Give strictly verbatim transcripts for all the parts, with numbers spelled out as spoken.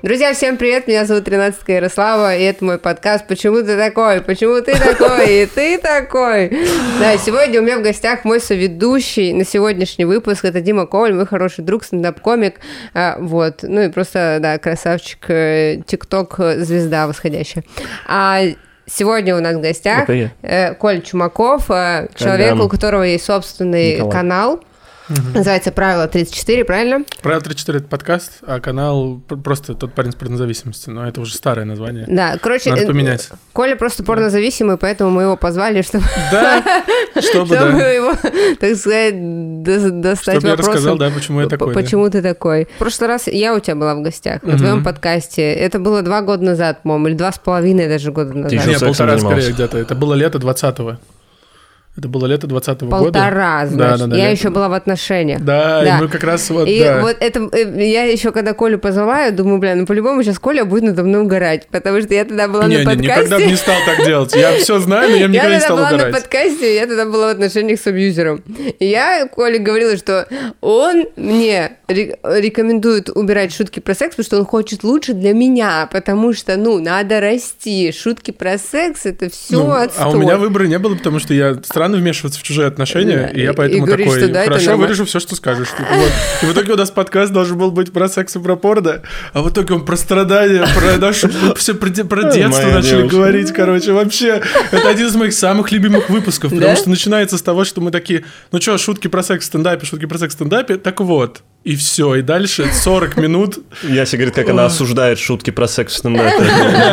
Друзья, всем привет, меня зовут тринадцатка Ярослава, и это мой подкаст «Почему ты такой?», «Почему ты такой?» и «Ты такой?». Да, сегодня у меня в гостях мой соведущий на сегодняшний выпуск, это Дима Коваль, мой хороший друг, стендап-комик, вот, ну и просто, да, красавчик, тикток-звезда восходящая. А сегодня у нас в гостях э, Коля Чумаков, э, человек, у которого есть собственный Николай. канал. Угу. Называется «Правило тридцать четыре», правильно? «Правило тридцать четыре» — это подкаст, а канал просто «Тот парень с порнозависимостью», но это уже старое название. Да, короче, надо поменять. Коля просто порнозависимый, поэтому мы его позвали, чтобы, да, чтобы, чтобы да. его, так сказать, достать чтобы вопросом. я рассказал, да, почему я такой. Почему да. ты такой. В прошлый раз я у тебя была в гостях, угу. на твоем подкасте. Это было два года назад, по-моему, или два с половиной даже года назад. Нет, полтора скорее где-то. Это было лето двадцатого. Это было лето двадцатого года. Полтора, значит. Да, да, да, я лето. еще была в отношениях. Да, да, и мы как раз вот, И да. вот это, я еще когда Колю позвала, я думаю, бля, ну по-любому сейчас Коля будет надо мной угорать, потому что я тогда была не, на не, подкасте. никогда бы не стал так делать. Я все знаю, но я никогда не стал угорать. Я тогда была на подкасте, я тогда была в отношениях с абьюзером. И я Коле говорила, что он мне рекомендует убирать шутки про секс, потому что он хочет лучше для меня, потому что, ну, надо расти. Шутки про секс — это все ну, отстой. А у меня выбора не было, потому что я странно вмешиваться в чужие отношения, да, и я поэтому и говоришь, такой, что, да, хорошо, вырежу все, что скажешь. Типа, вот. И в итоге у нас подкаст должен был быть про секс и про порно, а в итоге он про страдания, про нашу, все про, про детство Моя начали девушка. говорить, короче, вообще. Это один из моих самых любимых выпусков, потому да? что начинается с того, что мы такие, ну что, шутки про секс в стендапе, шутки про секс в стендапе, так вот. И все, и дальше сорок минут. Яся говорит, как она осуждает шутки про секс в стендапе.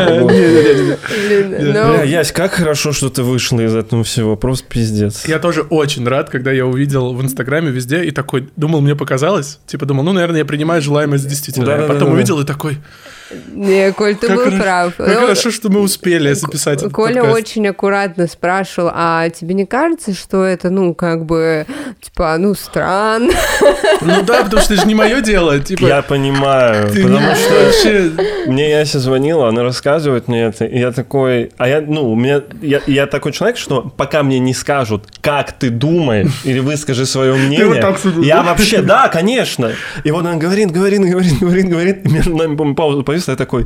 Ясь, как хорошо, что ты вышла из этого всего, просто пиздец. Я тоже очень рад, когда я увидел в Инстаграме везде и такой, думал, мне показалось, типа думал, ну, наверное, я принимаю желаемое за действительное. А потом увидел и такой... Не, Коль, ты как был хорошо, прав. Как ну, хорошо, что мы успели записать этот Коля подкаст. очень аккуратно спрашивал, а тебе не кажется, что это, ну, как бы, типа, ну, странно? Ну да, потому что это же не мое дело. Типа, я понимаю, ты потому что вообще... мне Яся звонила, она рассказывает мне это, и я такой, а я, ну, у меня, я, я такой человек, что пока мне не скажут, как ты думаешь, или выскажи свое мнение, я вообще, да, конечно. И вот он говорит, говорит, говорит, говорит, говорит, и между нами, по-моему, пауза повисла, я такой...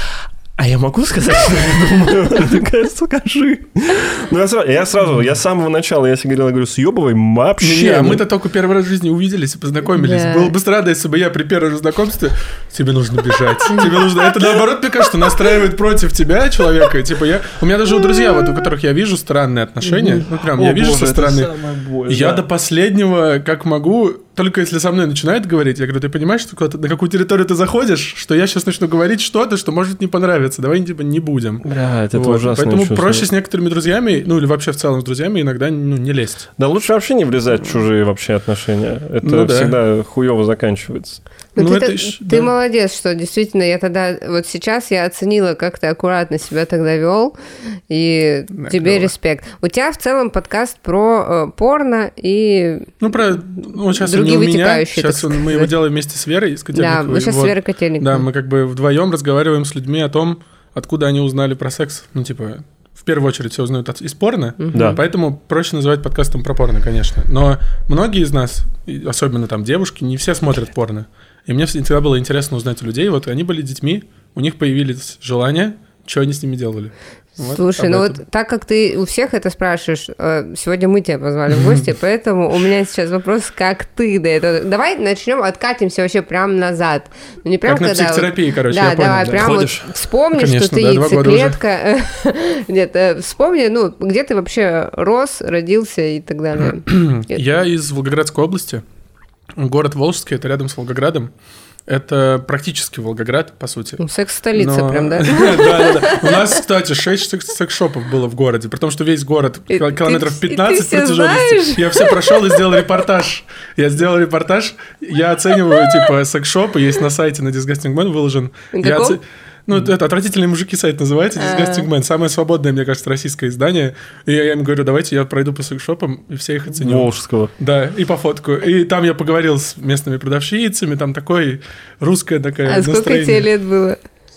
А я могу сказать, что я думаю? Она такая, скажи. Ну, я сразу, я сразу, я с самого начала, я себе говорил, говорю, съебывай вообще. Не, а мы-то только первый раз в жизни увиделись и познакомились. Да. Было бы странно, если бы я при первом знакомстве, тебе нужно бежать. Тебе нужно... Это наоборот, мне кажется, настраивает против тебя человека. Типа я... У меня даже у друзей, вот, у которых я вижу странные отношения, ну, прям, я вижу со стороны. Я до последнего, как могу... Только если со мной начинает говорить, я говорю, ты понимаешь, что на какую территорию ты заходишь, что я сейчас начну говорить что-то, что может не понравиться, давай типа не будем. Бля, это вот. ужасно. Поэтому чувство. проще с некоторыми друзьями, ну или вообще в целом с друзьями иногда ну, не лезть. Да лучше вообще не влезать в чужие вообще отношения. Это ну, да. всегда хуёво заканчивается. Ну, ну, ты, это ты, ж, ты да. молодец, что действительно я тогда, вот сейчас я оценила, как ты аккуратно себя тогда вел, и да, тебе клево. Респект. У тебя в целом подкаст про э, порно и ну, про, ну, сейчас другие он не у меня, вытекающие. Сейчас он, мы его делаем вместе с Верой из Котельниковой. Да, мы сейчас вот. с Верой Котельниковой. Да, мы как бы вдвоем разговариваем с людьми о том, откуда они узнали про секс. Ну, типа, в первую очередь все узнают из порно, uh-huh. да. Поэтому проще называть подкастом про порно, конечно. Но многие из нас, особенно там девушки, не все смотрят порно. И мне всегда было интересно узнать у людей, вот они были детьми, у них появились желания, что они с ними делали. Вот Слушай, ну этом. Вот так как ты у всех это спрашиваешь, сегодня мы тебя позвали в гости, поэтому у меня сейчас вопрос, как ты до этого... Давай начнем, откатимся вообще прям назад. Ну, не прям как когда... на психотерапии, короче, да, я понял. Давай, да. прям Ходишь? Вот вспомни, Конечно, что ты да, яйцеклетка. Нет, вспомни, ну, где ты вообще рос, родился и так далее. Я из Волгоградской области. Город Волжский, это рядом с Волгоградом. Это практически Волгоград, по сути. Ну, секс-столица Но... прям, да? Да, да. У нас, кстати, шесть секс-шопов было в городе, при том, что весь город километров пятнадцать протяженности. Я все прошел и сделал репортаж. Я сделал репортаж. Я оцениваю, типа, секс-шопы. Есть на сайте на Disgusting Man выложен. Каком? Ну, это «Отвратительные мужики» сайт называется, Disgusting Man. Самое свободное, мне кажется, российское издание. И я им говорю, давайте я пройду по секс-шопам, и все их оценю. Волжского. Да, и по фотку. И там я поговорил с местными продавщицами, там такой русская такая А сколько тебе лет было?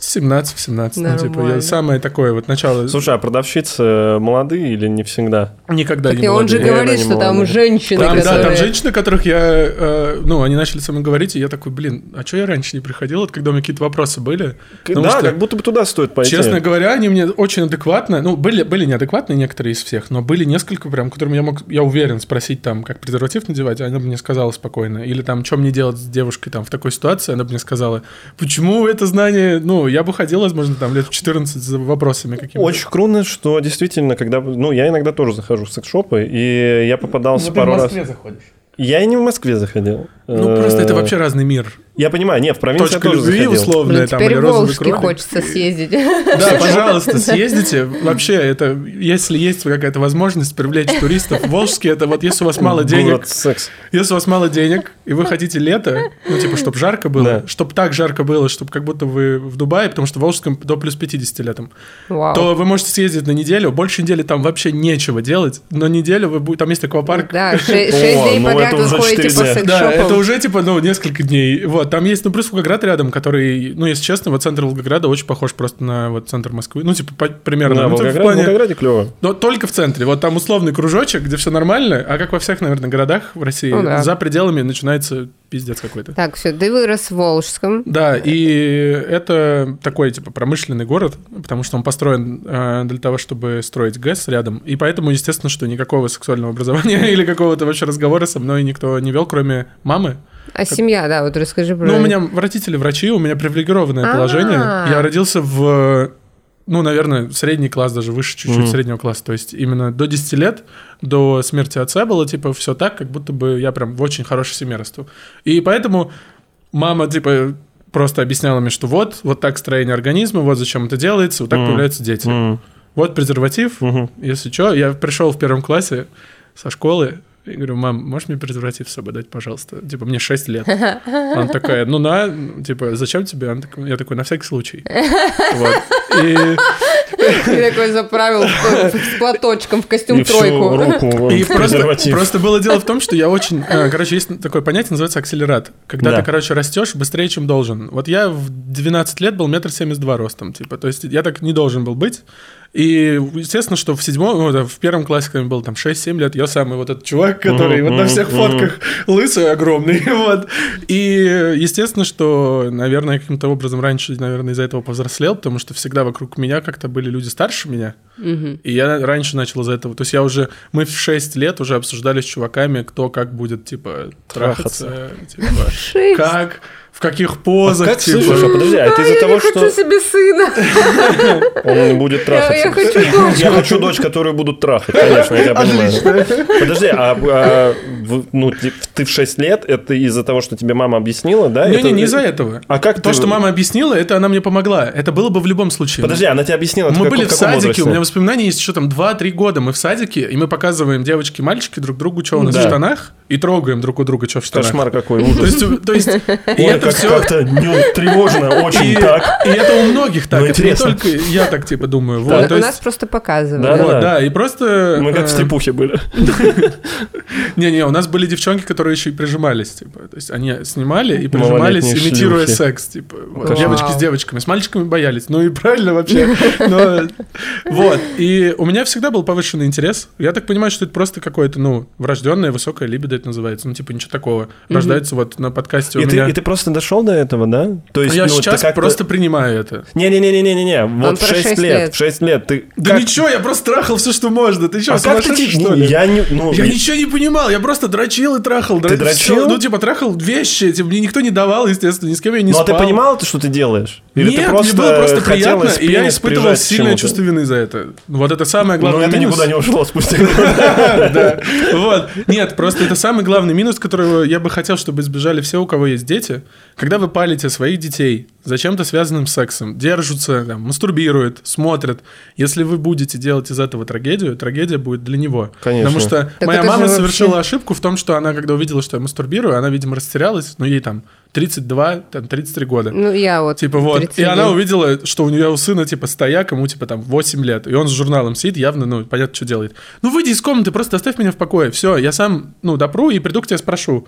семнадцать-семнадцать, ну, типа, я самое такое вот начало... Слушай, а продавщицы молодые или не всегда? Никогда так не молодые. Он же говорит, что там женщины, там, которые... Да, там женщины, которых я... Э, ну, они начали со мной говорить, и я такой, блин, а что я раньше не приходил, вот когда у меня какие-то вопросы были? Да, что, как будто бы туда стоит пойти. Честно говоря, они мне очень адекватно... Ну, были, были неадекватные некоторые из всех, но были несколько прям, которым я мог, я уверен, спросить там, как презерватив надевать, а она бы мне сказала спокойно. Или там, что мне делать с девушкой там в такой ситуации, она бы мне сказала, почему это знание... Ну, я бы ходил, возможно, там лет в четырнадцать за вопросами какими-то. Очень круто, что действительно, когда... Ну, я иногда тоже захожу в секс-шопы, и я попадался ну, пару раз... ты в Москве раз... заходишь. Я и не в Москве заходил. Ну, просто это вообще разный мир. Я понимаю, не, в провинции Точка я тоже любви, заходил. условная, Блин, там, теперь или в розовый Волжский кролик. хочется съездить. Да, пожалуйста, съездите. Вообще, это, если есть какая-то возможность привлечь туристов в Волжский, это вот если у вас мало денег... секс. Если у вас мало денег, и вы хотите лето, ну, типа, чтобы жарко было, Да. чтобы так жарко было, чтобы как будто вы в Дубае, потому что в Волжском до плюс пятьдесят летом, Вау. то вы можете съездить на неделю, больше недели там вообще нечего делать, но неделю вы будете... Там есть аквапарк. Да, шесть О, дней ну подряд это вы уже ходите четыре по дня. Да, это секс-шопам. уже типа, ну, несколько дней. Вот, там есть, ну, плюс Волгоград рядом, который, ну, если честно, вот центр Волгограда очень похож просто на вот центр Москвы. Ну, типа, по- примерно. Да, Ну, в в Волгограде, плане- в Волгограде клево. Но только в центре. Вот там условный кружочек, где все нормально, а как во всех, наверное, городах в России, Ну да. за пределами начинается пиздец какой-то. Так, все, ты вырос в Волжском. Да, и это такой, типа, промышленный город, потому что он построен э, для того, чтобы строить ГЭС рядом, и поэтому, естественно, что никакого сексуального образования или какого-то вообще разговора со мной никто не вел, кроме мамы. А семья, да, вот расскажи про... Ну, у меня родители врачи, у меня привилегированное А-а-а. положение. Я родился в, ну, наверное, средний класс, даже выше чуть-чуть Мгм. среднего класса. То есть именно до десяти лет, до смерти отца было, типа, все так, как будто бы я прям в очень хорошей семье расту. И поэтому мама, типа, просто объясняла мне, что вот, вот так строение организма, вот зачем это делается, вот так Мгм. появляются дети. М. Вот презерватив, Мгм. если что. Я пришел в первом классе со школы, и говорю, мам, можешь мне презерватив с собой дать, пожалуйста? Типа, мне шесть лет. Она такая, ну на, типа, зачем тебе? Она такая, я такой, на всякий случай. Вот. И, Ты такой заправил с платочком в костюм И всю тройку. руку и в просто, презерватив. просто было дело в том, что я очень... э, Короче, есть такое понятие, называется акселерат. Когда Да. ты, короче, растешь быстрее, чем должен. Вот я в двенадцать лет был метр семьдесят два ростом, типа. То есть я так не должен был быть. И, естественно, что в седьмом, ну, да, в первом классе, когда мне было там шесть-семь лет, я самый вот этот чувак, который Мгм, вот на всех мгм, фотках лысый, огромный, вот. И, естественно, что, наверное, каким-то образом раньше, наверное, из-за этого повзрослел, потому что всегда вокруг меня как-то были люди старше меня, Мгм. и я раньше начал из-за этого. То есть я уже, мы в шесть лет уже обсуждали с чуваками, кто как будет, типа, трахаться, типа, Шесть. как, в каких позах, Как, типа. слышишь, а подожди, а это из-за я того, не хочу что себе сына. он не будет трахаться? Я хочу дочь. Я хочу дочь, которую будут трахать, конечно, я тебя понимаю. Подожди, а, а в- ну, ты, ты в шесть лет, это из-за того, что тебе мама объяснила, да? Не, Это- не, не из-за этого. А как То, ты- что мама объяснила, это она мне помогла. Это было бы в любом случае. Подожди, она тебе объяснила, это Мы в были каком- в каком садике, возрасте? у меня воспоминания есть еще там два-три года. Мы в садике, и мы показываем девочки и мальчики друг другу, что у нас Да. в штанах, и трогаем друг у друга, что в штанах. Кошмар какой, То ужас. есть, то есть, и Ой, это как, все... как-то не- тревожно, очень И, так. и это у многих так, Ну, это не интересно. только я так типа думаю. У Вот, то у нас есть, просто показывают. Да, вот, да, и просто... Мы как в э, стрипухе были. Не-не, у нас были девчонки, которые еще и прижимались, типа. То есть они снимали и прижимались, Малолетние имитируя шлюхи. секс, типа. Вот. Вау. Девочки с девочками, с мальчиками боялись. Ну и правильно вообще. Но, вот. И у меня всегда был повышенный интерес. Я так понимаю, что это просто какое-то, ну, врожденное высокое либидо это называется. Ну, типа, ничего такого. Рождается вот на подкасте у И ты, меня. и ты просто дошел до этого, да? То есть, Я ну, сейчас ты как-то- просто принимаю это. Не-не-не-не-не-не, вот в про шесть шесть лет, лет. в шесть лет ты... Да как- ничего, я просто трахал все, что можно. Ты что, А как ты... сумасшедший, те- что ли? Я не... Ну, Я ничего не понимал, я просто дрочил и трахал. Ты Дра- дрочил? всё. Ну, типа, трахал вещи, типа, мне никто не давал, естественно, ни с кем я не Ну, а спал. ты понимал, что ты делаешь? Или Нет, ты просто мне было просто хотел приятно, и я пенис испытывал прижать к сильное чему-то? чувство вины за это. Вот это самое Ну, главное это минус. никуда не ушло спустя. Да, вот. Нет, просто это самый главный минус, которого я бы хотел, чтобы избежали все, у кого есть дети. Когда вы палите своих детей зачем-то связанным с сексом, держатся, там, мастурбируют, смотрят. Если вы будете делать из этого трагедию, трагедия будет для него. Конечно. Потому что Так моя это же мама вообще- совершила ошибку в том, что она, когда увидела, что я мастурбирую, она, видимо, растерялась, но ей там тридцать два, там, тридцать три года. Ну, я вот... Типа вот, тридцать и она один. увидела, что у нее у сына, типа, стояк, ему, типа, там, восемь лет, и он с журналом сидит, явно, ну, понятно, что делает. Ну, выйди из комнаты, просто оставь меня в покое, все, я сам, ну, допру и приду к тебе спрошу.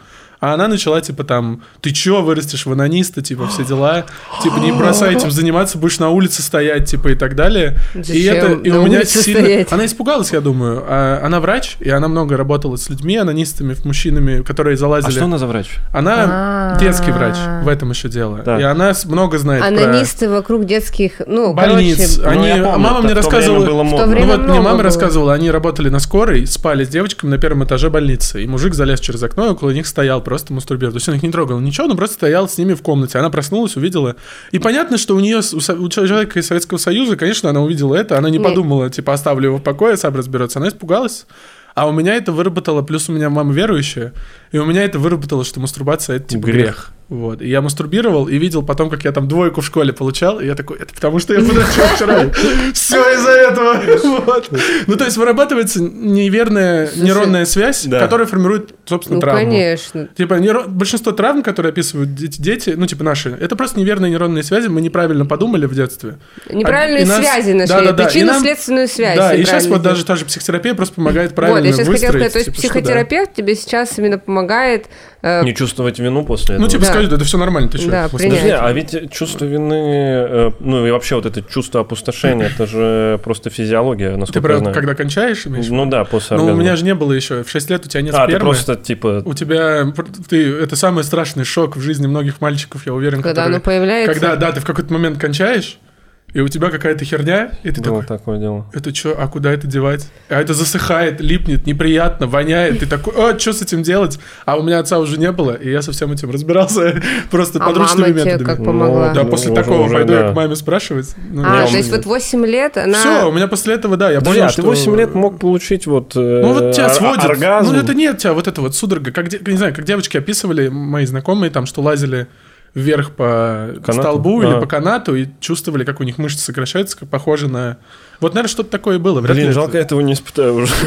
А она начала, типа, там, ты чё, вырастешь в анониста, типа, все дела, типа, не бросай этим заниматься, будешь на улице стоять, типа, и так далее. Зачем? И это, и на у меня улице сильно... стоять? Она испугалась, я думаю. А, она врач, и она много работала с людьми, анонистами, мужчинами, которые залазили. А что она за врач? Она А-а-а. детский врач, в этом еще дело. Так. И она много знает Анонисты про... вокруг детских, ну, больниц. короче... Они... Ну, я помню, мама мне рассказывала... было В то модно. время Ну вот мне много мама было. рассказывала, они работали на скорой, спали с девочками на первом этаже больницы, и мужик залез через окно, и около них стоял, просто мастурбировал. То есть он их не трогал ничего, он просто стоял с ними в комнате. Она проснулась, увидела. И понятно, что у нее, у, со- у человека из Советского Союза, конечно, она увидела это, она не Нет. подумала, типа, оставлю его в покое, сам разберется. Она испугалась. А у меня это выработало, плюс у меня мама верующая, и у меня это выработало, что мастурбация — это типа Грех. грех. Вот. И я мастурбировал и видел потом, как я там двойку в школе получал, и я такой, это потому что я подрочил вчера. Все из-за этого. Вот. Ну, то есть вырабатывается неверная Слушай, нейронная связь, да. которая формирует, собственно, Ну, травму. конечно. Типа нейро- большинство травм, которые описывают дети, дети, ну, типа наши, это просто неверные нейронные связи, мы неправильно подумали в детстве. Неправильные И нас- связи нашли, Да-да-да. И нам- причинно-следственную связь. Да, и сейчас неправильно вот даже сделали. та же психотерапия просто помогает правильно Вот, я сейчас хотела выстроить. сказать, то есть типа, что да. психотерапевт тебе сейчас именно помогает... э, Не чувствовать вину после этого. Ну, типа, Да. скажут, это все нормально, ты что? Да, в принять. смысле? Подожди, а ведь чувство вины, э, ну и вообще вот это чувство опустошения, это же просто физиология, Ты насколько я про знаю. когда кончаешь, имеешь в виду? Ну да, после Ну, у оргазма. меня же не было еще. В шесть лет у тебя нет А, ты спермы. просто типа... У тебя... Ты, это самый страшный шок в жизни многих мальчиков, я уверен. Когда которые- оно появляется. Когда, да, ты в какой-то момент кончаешь, и у тебя какая-то херня, и ты Было такой... такое дело. Это что, а куда это девать? А это засыхает, липнет, неприятно, воняет. Ты такой, а, что с этим делать? А у меня отца уже не было, и я со всем этим разбирался просто А подручными мама тебе методами. как помогла? Да, Ну, после уже- такого уже, пойду да. я к маме спрашивать. Ну, А, я то уже- есть вот восемь лет она... Все, у меня после этого, да, я Подожди, понял, а что... ты восемь лет мог получить вот... э, Ну вот тебя ор- сводит. оргазм. Ну это нет, тебя вот это вот судорога. Как, де- не знаю, как девочки описывали, мои знакомые там, что лазили вверх по Канату? столбу А. или по канату и чувствовали, как у них мышцы сокращаются, как похоже на... Вот, наверное, что-то такое было. Вряд Блин, ли жалко, это- я этого не испытаю уже.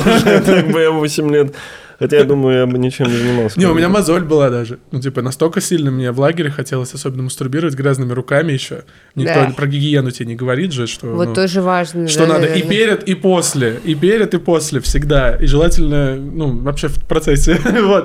Так бы я в восемь лет. Хотя я думаю, я бы ничем не занимался. Не, у меня мозоль была даже. Ну, типа, настолько сильно мне в лагере хотелось особенно мастурбировать грязными руками еще. Никто Да. про гигиену тебе не говорит же, что... Вот ну, тоже важно. Что да, надо и наверное. перед, и после. И перед, и после всегда. И желательно, ну, вообще в процессе. Вот.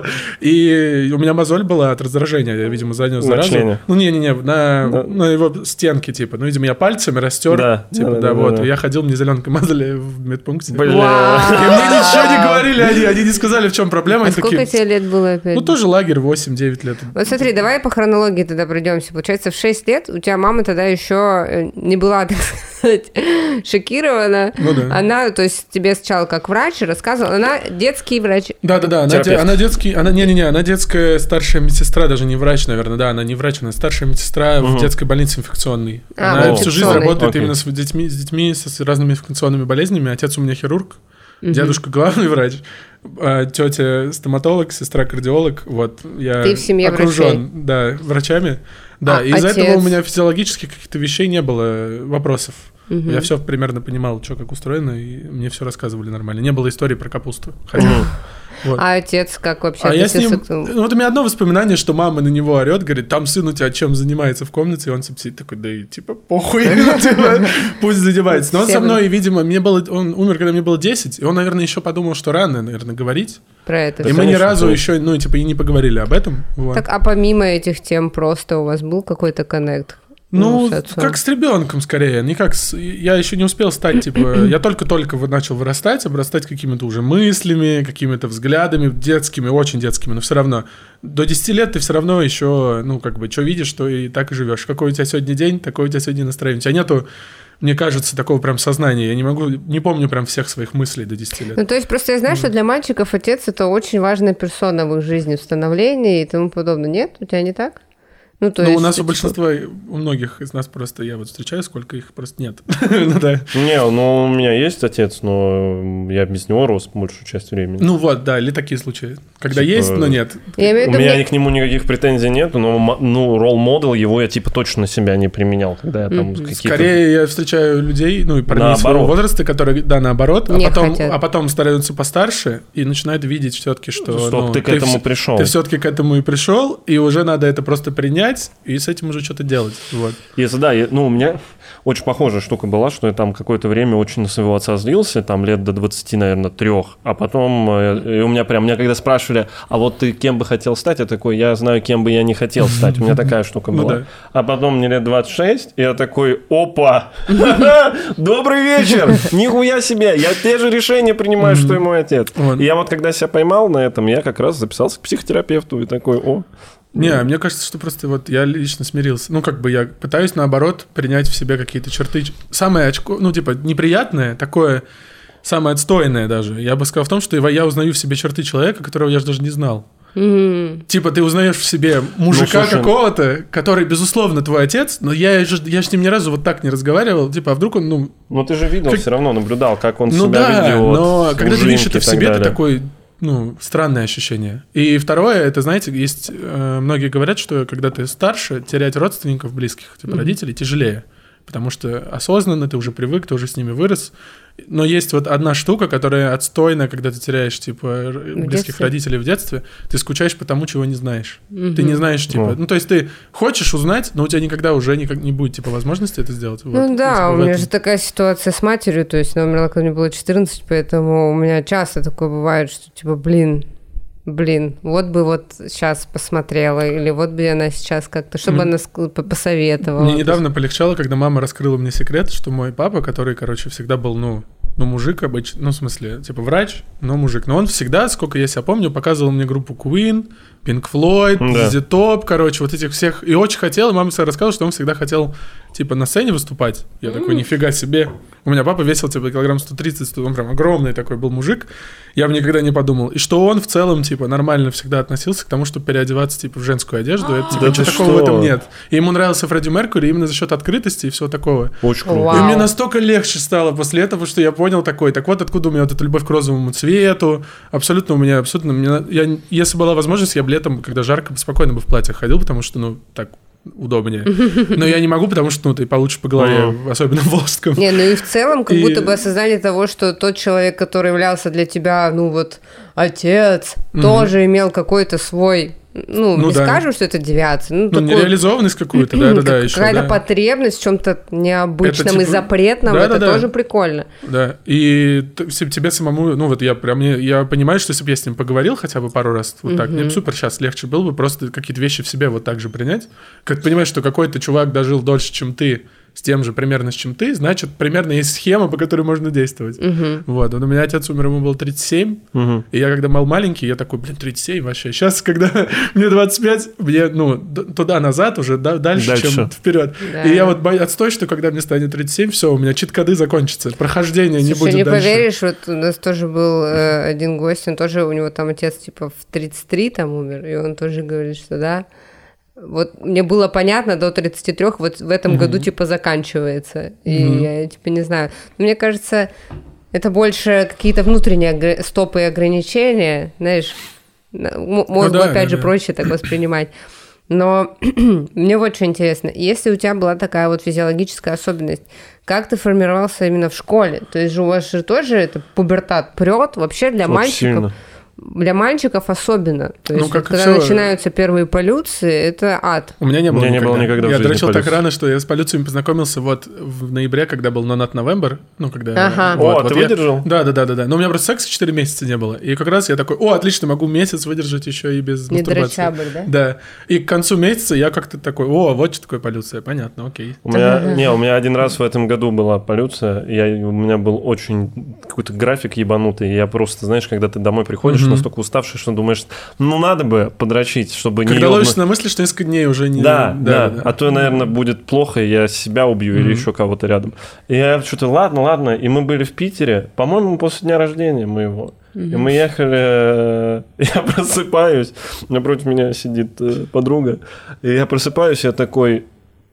И у меня мозоль была от раздражения. Я, видимо, занес На заразу. члене? Ну, не-не-не, на, Да. на его стенке, типа. Ну, видимо, я пальцами растер. Да, Типа, да, да, да, вот. да. И я ходил, мне зеленкой мазали в медпункте. Бля. Вау. И мне ничего не говорили они. Они не сказали, в чем проблема. А Они сколько такие... тебе лет было опять? Ну, тоже лагерь восемь-девять лет. Вот смотри, давай по хронологии тогда пройдемся. Получается, в шесть лет у тебя мама тогда еще не была, так сказать, шокирована. Ну да. Она, то есть, тебе сначала как врач рассказывала, она детский врач. Да-да-да, она, Терапевт. де- она детский, она, не-не-не, она детская старшая медсестра, даже не врач, наверное, да, она не врач, она старшая медсестра в Мгм. детской больнице инфекционной. А, она в всю жизнь инфекционной. работает Окей. именно с детьми, с детьми с разными инфекционными болезнями. Отец у меня хирург, Мгм. дедушка главный врач, а тетя стоматолог, сестра кардиолог. Вот я Ты в семье окружен, да, врачами. Да, А и из-за отец? этого у меня физиологических каких-то вещей не было, вопросов. Мгм. Я все примерно понимал, что как устроено, и мне все рассказывали нормально. Не было истории про капусту. Хотя- Вот. А отец как вообще? А я с ним... относился к- Ну, вот у меня одно воспоминание, что мама на него орет, говорит, там сын у тебя чем занимается в комнате, и он типа сидит такой, да и типа похуй, ну, типа, пусть занимается. Но он Все со вы- мной, видимо, мне было, он умер, когда мне было десять, и он, наверное, еще подумал, что рано, наверное, говорить. Про это. И всё. мы ни конечно, разу конечно. еще, ну, типа, и не поговорили об этом. Вот. Так, а помимо этих тем просто у вас был какой-то коннект? Ну, с отцом? как с ребенком скорее, не как с... Я еще не успел стать, типа, я только-только вы- начал вырастать, обрастать какими-то уже мыслями, какими-то взглядами детскими, очень детскими, но все равно. До десяти лет ты все равно еще, ну, как бы, что видишь, то и так и живешь. Какой у тебя сегодня день, такой у тебя сегодня настроение. У тебя нету, мне кажется, такого прям сознания. Я не могу, не помню прям всех своих мыслей до десяти лет. Ну, то есть, просто я знаю, что для мальчиков отец – это очень важная персона в их жизни, в становлении и тому подобное. Нет? У тебя не так? Ну, то Ну, есть, у нас у типа, большинства, у многих из нас просто, я вот встречаю, сколько их просто нет. Ну, да. Не, ну у меня есть отец, но я без него рос большую часть времени. Ну, вот, да, или такие случаи. Когда Типа, есть, но нет. Я имею в У виду, меня мне- к нему никаких претензий нет, но м- ну, ролл-модел его я типа точно на себя не применял, когда я там Мгм. какие-то... Скорее я встречаю людей, ну и парней Наоборот. своего возраста, которые, да, наоборот, а Не потом, хотят. а потом становятся постарше и начинают видеть все-таки, что Что ну, ты к этому вс- пришел. Ты все-таки к этому и пришел, и уже надо это просто принять проверять и с этим уже что-то делать. Вот. Если да, я, ну, у меня очень похожая штука была, что я там какое-то время очень на своего отца злился, там лет до двадцати, наверное, трех, а потом и у меня прям, меня когда спрашивали, а вот ты кем бы хотел стать, я такой, я знаю, кем бы я не хотел стать, у меня такая штука была. Ну, да. А потом мне лет двадцать шесть, и я такой, опа, добрый вечер, нихуя себе, я те же решения принимаю, что и мой отец. И я вот когда себя поймал на этом, я как раз записался к психотерапевту и такой, о. Не, мне кажется, что просто вот я лично смирился. Ну, как бы я пытаюсь, наоборот, принять в себе какие-то черты. Самое очко, ну, типа, неприятное, такое, самое отстойное даже. Я бы сказал в том, что я узнаю в себе черты человека, которого я же даже не знал. Mm-hmm. Типа, ты узнаешь в себе мужика ну, какого-то, который, безусловно, твой отец, но я же, я же с ним ни разу вот так не разговаривал. Типа, а вдруг он, ну... Ну, ты же видел, как... все равно наблюдал, как он ну, себя да, ведет. Но когда ты видишь это в себе, ты такой... Ну, странное ощущение. И второе, это, знаете, есть... Э, многие говорят, что когда ты старше, терять родственников близких, типа mm-hmm. родителей, тяжелее. Потому что осознанно ты уже привык, ты уже с ними вырос. Но есть вот одна штука, которая отстойна, когда ты теряешь, типа, близких родителей в детстве. Ты скучаешь по тому, чего не знаешь. Mm-hmm. Ты не знаешь, типа... Mm-hmm. Ну, то есть ты хочешь узнать, но у тебя никогда уже никак не будет, типа, возможности это сделать. Ну вот, да, типа, у меня этом. же такая ситуация с матерью, то есть она умерла, когда мне было четырнадцать, поэтому у меня часто такое бывает, что, типа, блин... Блин, вот бы вот сейчас посмотрела, или вот бы она сейчас как-то, чтобы mm-hmm. она посоветовала. Мне недавно полегчало, когда мама раскрыла мне секрет, что мой папа, который, короче, всегда был, ну, ну, мужик обычно, ну, в смысле, типа врач, но мужик. Но он всегда, сколько я себя помню, показывал мне группу Queen, Pink Floyd, да. The Top, короче, вот этих всех. И очень хотел, и мама всегда рассказывала, что он всегда хотел, типа, на сцене выступать. Я mm. такой, нифига себе. У меня папа весил, типа, килограмм сто тридцать, он прям огромный такой был мужик. Я бы никогда не подумал. И что он в целом, типа, нормально всегда относился к тому, чтобы переодеваться, типа, в женскую одежду. Это, типа, да ничего такого что? в этом нет. И ему нравился Фредди Меркьюри именно за счет открытости и всего такого. Очень круто. Вау. И мне настолько легче стало после этого, что я понял такой, так вот откуда у меня вот эта любовь к розовому цвету. Абсолютно у меня, абсолютно, мне, я, если была возможность, я бы летом, когда жарко, спокойно бы в платьях ходил, потому что, ну, так удобнее. Но я не могу, потому что, ну, ты получишь по голове, особенно в Волжском. Не, ну и в целом, как и... будто бы осознание того, что тот человек, который являлся для тебя, ну, вот, отец, mm-hmm. тоже имел какой-то свой... Ну, ну, не да. скажем, что это девиация. Ну, ну такой... нереализованность какую-то, да-да-да. Как, какая-то да. потребность в чем-то необычном это, типа... и запретном, да, это да, тоже да. прикольно. Да, и тебе самому, ну вот я прям, я понимаю, что если бы я с ним поговорил хотя бы пару раз вот так, мне супер сейчас легче было бы просто какие-то вещи в себе вот так же принять. Как понимаешь, что какой-то чувак дожил дольше, чем ты, с тем же примерно, с чем ты, значит, примерно есть схема, по которой можно действовать. Uh-huh. Вот. Вот у меня отец умер, ему было тридцать семь, uh-huh. и я когда был маленький, я такой, блин, тридцать семь вообще. Сейчас, когда мне двадцать пять, мне, ну, туда-назад уже, да, дальше, дальше, чем вперед. Да. И я вот боюсь отстой, что когда мне станет тридцать семь, все, у меня чит-коды закончатся, прохождение Слушай, не будет не дальше. не поверишь, вот у нас тоже был э, один гость, он тоже, у него там отец типа в тридцать три там умер, и он тоже говорит, что да, вот мне было понятно до тридцати трёх, вот в этом mm-hmm. году типа заканчивается. И mm-hmm. я типа не знаю. Но мне кажется, это больше какие-то внутренние стопы и ограничения, знаешь, мозгу ну, да, опять да, же да. проще так воспринимать. Но мне вот что интересно, если у тебя была такая вот физиологическая особенность, как ты формировался именно в школе? То есть же у вас же тоже это пубертат прёт вообще для Очень мальчиков. Сильно. Для мальчиков особенно. То есть, ну, как когда все... начинаются первые полюции, это ад. У меня не было, у меня никогда. Не было никогда. Я дрочил так рано, что я с полюциями познакомился вот в ноябре, когда был Nonat November. Ну, когда... Ага. Вот, о, вот ты я... выдержал? Да, да, да, да, да. Но у меня просто секса четыре месяца не было. И как раз я такой, о, отлично, могу месяц выдержать еще и без не мастурбации. Дрочабрь, да? Да. И к концу месяца я как-то такой, о, вот что такое полюция. Понятно, окей. У меня, не, у меня один раз в этом году была полюция. Я, у меня был очень какой-то график ебанутый. Я просто, знаешь, когда ты домой приходишь, mm-hmm. настолько уставший, что думаешь, ну, надо бы подрочить, чтобы Когда не... Когда ловишься на мысли, что несколько дней уже не... Да, да, да. да. А то, наверное, будет плохо, и я себя убью mm-hmm. или еще кого-то рядом. И я что-то, ладно, ладно. И мы были в Питере, по-моему, после дня рождения моего. Mm-hmm. И мы ехали... Я просыпаюсь, напротив меня сидит подруга. И я просыпаюсь, я такой...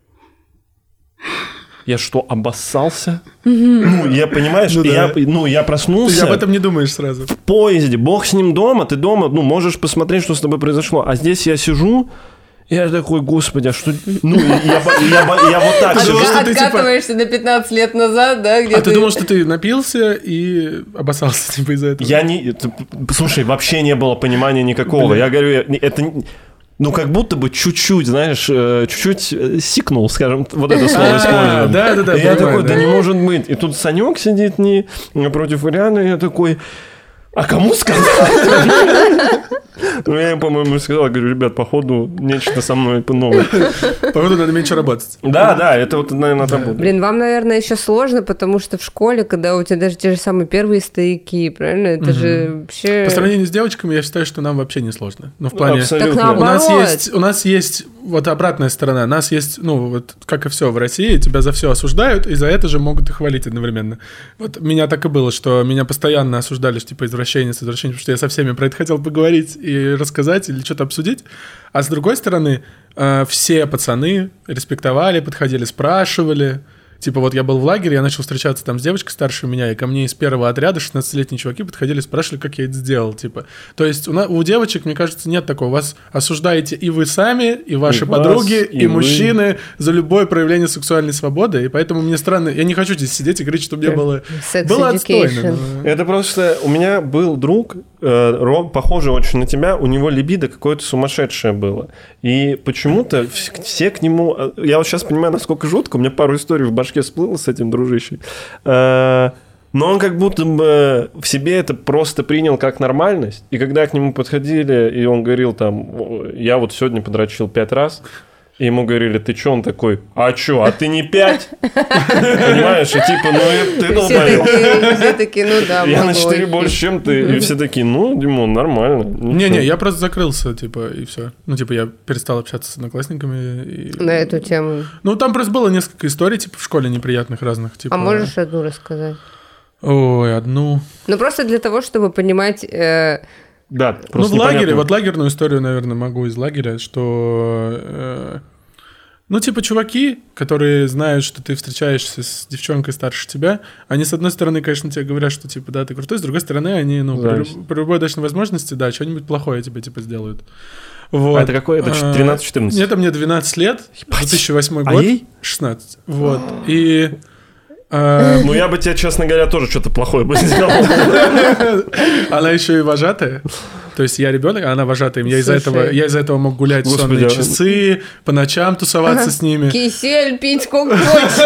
Я что, обоссался? Mm-hmm. Ну, я, понимаешь, ну, да. я, ну, я проснулся. Ты об этом не думаешь сразу. В поезде, бог с ним дома, ты дома, ну, можешь посмотреть, что с тобой произошло. А здесь я сижу, и я такой, господи, а что... Ну, я, я, я, я вот так сижу. А ты откатываешься на пятнадцать лет назад, да? Где а ты... ты думал, что ты напился и обоссался, типа, из-за этого? Я не... Слушай, вообще не было понимания никакого. Блин. Я говорю, это... ну, как будто бы чуть-чуть, знаешь, чуть-чуть сикнул, скажем, вот это слово используем. Да, да, да. И я такой, да не может быть. И тут Санек сидит не напротив Ирианы, и я такой, а кому сказать? Ну, я им, по-моему, сказал, говорю, ребят, походу, нечто со мной новое. Походу, надо меньше работать. Да, да, это вот, наверное, надо будет. Блин, вам, наверное, еще сложно, потому что в школе, когда у тебя даже те же самые первые стояки, правильно? Это угу. же вообще... По сравнению с девочками, я считаю, что нам вообще не сложно. Ну, в плане... Абсолютно. Так у нас есть, у нас есть вот обратная сторона. У нас есть, ну, вот как и все в России, тебя за все осуждают, и за это же могут и хвалить одновременно. Вот меня так и было, что меня постоянно осуждали, что, типа, извращенец, извращенец, потому что я со всеми про это хотел поговорить и рассказать или что-то обсудить. А с другой стороны, э, все пацаны респектовали, подходили, спрашивали. Типа вот я был в лагере, я начал встречаться там с девочкой старше меня, и ко мне из первого отряда шестнадцатилетние чуваки подходили, спрашивали, как я это сделал. Типа. То есть у, на, у девочек, мне кажется, нет такого. Вас осуждаете и вы сами, и ваши и подруги, вас, и, и мужчины за любое проявление сексуальной свободы. И поэтому мне странно, я не хочу здесь сидеть и говорить, что мне было, было отстойно. Но... Это просто у меня был друг, э, Ром, похожий очень на тебя, у него либидо какое-то сумасшедшее было. И почему-то все к нему... Я вот сейчас понимаю, насколько жутко, у меня пару историй в башке всплыл с этим дружищей. Но он как будто бы в себе это просто принял как нормальность. И когда к нему подходили, и он говорил там, я вот сегодня подрочил пять раз, и ему говорили, ты чё? Он такой, а чё, а ты не пять? Понимаешь? И типа, ну ты долбоёб. Все такие, ну да, я на четыре больше, чем ты. И все такие, ну, Димон, нормально. Не-не, я просто закрылся, типа, и все. Ну, типа, я перестал общаться с одноклассниками. На эту тему. Ну, там просто было несколько историй, типа, в школе неприятных разных. А можешь одну рассказать? Ой, одну. Ну, просто для того, чтобы понимать... Да, ну, в лагере, вот лагерную историю, наверное, могу из лагеря, что, э, ну, типа, чуваки, которые знают, что ты встречаешься с девчонкой старше тебя, они, с одной стороны, конечно, тебе говорят, что, типа, да, ты крутой, с другой стороны, они, ну, при, при любой удачной возможности, да, что-нибудь плохое тебе, типа, сделают. Вот. А это какой? Это тринадцать-четырнадцать? Это мне двенадцать лет, две тысячи восьмой год, а ей? шестнадцать, вот, и... Ну, я бы тебе, честно говоря, тоже что-то плохое бы сделал. Она еще и вожатая. То есть я ребенок, а она вожатая. Я из-за этого, я из-за этого мог гулять в сонные часы, по ночам тусоваться с ними. Кисель пить сколько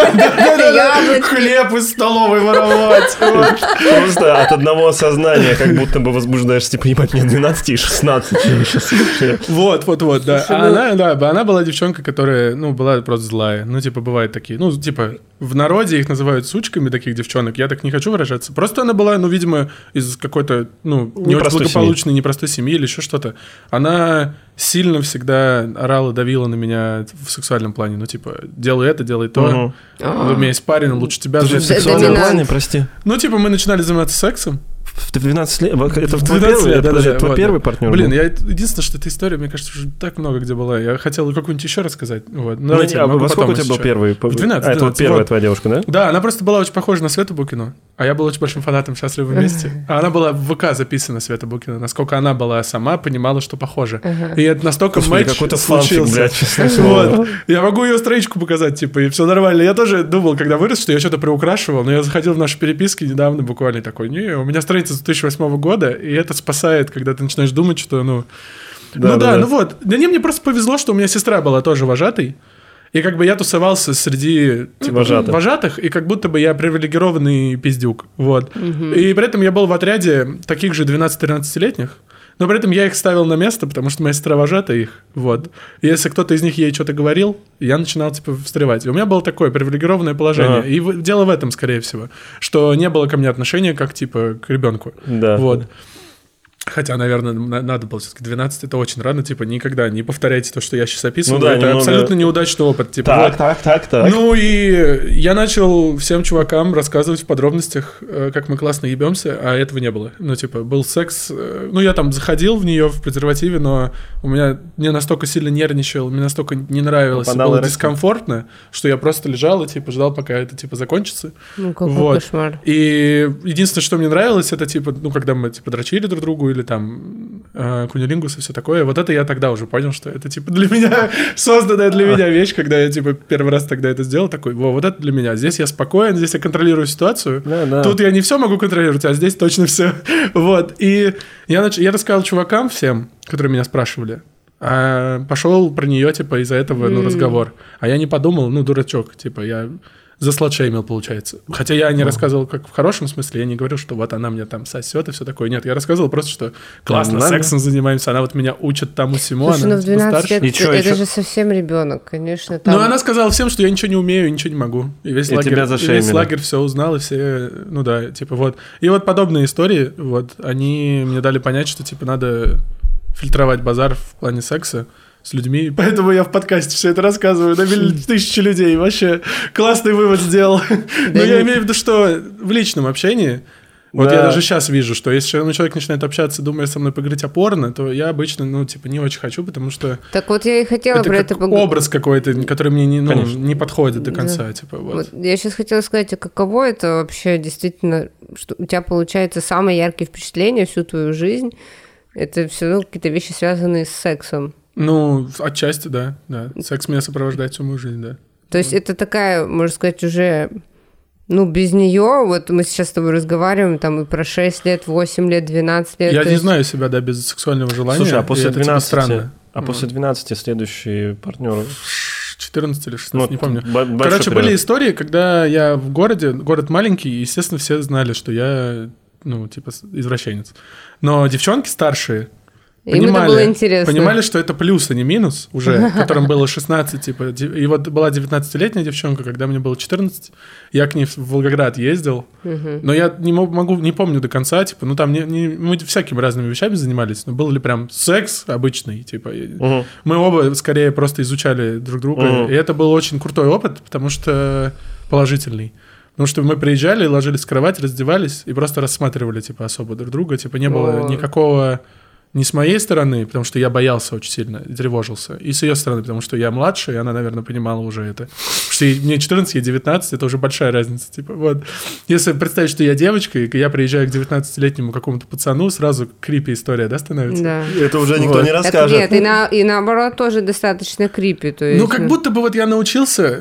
хочешь. Хлеб из столовой воровать. Просто от одного осознания как будто бы возбуждаешься, типа, ебать, мне двенадцать и шестнадцать. Вот, вот, вот, да. Она, да, она была девчонка, которая, ну, была просто злая. Ну, типа, бывают такие, ну, типа, в народе их называют сучками, таких девчонок. Я так не хочу выражаться. Просто она была, ну, видимо, из какой-то, ну, не очень благополучной, непростой семьи или еще что-то. Она сильно всегда орала, давила на меня в сексуальном плане. Ну, типа, делай это, делай то. Угу. У меня есть парень, он лучше тебя знает в сексуальном плане, прости. Ну, типа, мы начинали заниматься сексом. В двенадцать лет? Это в твой первый, лет, да, да, твой вот, первый партнер? Блин, я, единственное, что эта история, мне кажется, уже так много где была. Я хотел какую-нибудь еще рассказать. Вот. Ну, давайте, а во сколько у тебя был первый? В двенадцать. А это вот первая вот. Твоя девушка, да? Да, она просто была очень похожа на Свету Букину. А я был очень большим фанатом «Счастливы вместе». А она была в ВК записана, Света Букина. Насколько она была сама, понимала, что похоже. И это настолько матч случился. Вот. Я могу ее страничку показать, типа, и все нормально. Я тоже думал, когда вырос, что я что-то приукрашивал, но я заходил в наши переписки недавно буквально такой, не, у меня страница с две тысячи восьмого года, и это спасает, когда ты начинаешь думать, что, ну... Да, ну да, да, ну вот. Да не, мне просто повезло, что у меня сестра была тоже вожатой, и как бы я тусовался среди типа, вожатых. вожатых, и как будто бы я привилегированный пиздюк, вот. Угу. И при этом я был в отряде таких же двенадцати-тринадцатилетних, но при этом я их ставил на место, потому что моя сестра вожатая их, вот. И если кто-то из них ей что-то говорил, я начинал, типа, встревать. И у меня было такое привилегированное положение. Ага. И в, дело в этом, скорее всего, что не было ко мне отношения как, типа, к ребенку. Да. Вот. Хотя, наверное, надо было все-таки двенадцать, это очень рано, типа, никогда не повторяйте то, что я сейчас описываю, ну, да, это немного... абсолютно неудачный опыт. Типа, так, вот. так, так, так. Ну, и я начал всем чувакам рассказывать в подробностях, как мы классно ебемся, а этого не было. Ну, типа, был секс, ну, я там заходил в нее в презервативе, но у меня не настолько сильно нервничал, мне настолько не нравилось, Попадал было дискомфортно, что я просто лежал и, типа, ждал, пока это, типа, закончится. Ну, какой вот. Кошмар. И единственное, что мне нравилось, это, типа, ну, когда мы, типа, дрочили друг другу, или там э, кунилингус и все такое. Вот это я тогда уже понял, что это типа для меня созданная для меня вещь, когда я типа первый раз тогда это сделал, такой, во, вот это для меня. Здесь я спокоен, здесь я контролирую ситуацию. Да, да. Тут я не все могу контролировать, а здесь точно все. Вот. И я, нач... я рассказал чувакам всем, которые меня спрашивали, А пошел про нее, типа, из-за этого, ну, разговор. А я не подумал, ну, дурачок, типа, я засладшеймил, получается. Хотя я не рассказывал, как в хорошем смысле, я не говорил, что вот она мне там сосет и все такое. Нет, я рассказывал просто, что классно Нормально. Сексом занимаемся, она вот меня учит тому всему, Слушай, она ну в типа, двенадцать старше. лет И чё, это ещё? же совсем ребенок, конечно. Там... Ну, она сказала всем, что я ничего не умею, ничего не могу. И весь, И лагерь, тебя и зашеймили. весь лагерь все узнал, и все, ну да, типа вот. И вот подобные истории, вот, они мне дали понять, что, типа, надо фильтровать базар в плане секса с людьми. Поэтому я в подкасте все это рассказываю. Набили тысячи людей. Вообще классный вывод сделал. Но я имею в виду, что в личном общении, вот я даже сейчас вижу, что если человек начинает общаться, думая со мной поговорить о порно, то я обычно, ну, типа, не очень хочу, потому что... Так вот я и хотела это про как это поговорить. образ какой-то, который мне не, ну, не подходит до конца. Да. Типа, вот. Вот, я сейчас хотела сказать, а каково это вообще действительно, что у тебя получается самые яркие впечатления всю твою жизнь, это все равно какие-то вещи, связанные с сексом. Ну, отчасти, да, да. Секс меня сопровождает всю мою жизнь, да. То есть это такая, можно сказать, уже, ну, без нее, вот мы сейчас с тобой разговариваем, там, и про шесть лет, восемь лет, двенадцать лет. Я не есть... знаю себя, да, без сексуального желания. Слушай, а после двенадцати, это, типа, странно. а после двенадцати следующий партнер? четырнадцать или шестнадцать, Ну, не помню. б- Короче, период. были истории, когда я в городе, город маленький, и, естественно, все знали, что я, ну, типа, извращенец. Но девчонки старшие понимали, было интересно. понимали, что это плюс, а не минус уже, которым было шестнадцать, типа. И вот была девятнадцатилетняя девчонка, когда мне было четырнадцать, я к ней в Волгоград ездил, но я не могу, не помню до конца, типа, ну там не, не, мы всякими разными вещами занимались, но был ли прям секс обычный, типа. Угу. Мы оба скорее просто изучали друг друга, Угу. и это был очень крутой опыт, потому что положительный. Потому что мы приезжали, ложились в кровать, раздевались и просто рассматривали, типа, особо друг друга, типа, не было О. никакого... Не с моей стороны, потому что я боялся очень сильно и тревожился. И с ее стороны, потому что я младше, и она, наверное, понимала уже это. Потому что ей- мне четырнадцать, ей девятнадцать, это уже большая разница. Типа, вот. Если представить, что я девочка, и я приезжаю к девятнадцатилетнему какому-то пацану, сразу крипи история, да, становится? Да. Это уже никто Вот. не Так расскажет. нет, и, на, и наоборот тоже достаточно крипи. То есть, Ну, как будто бы вот я научился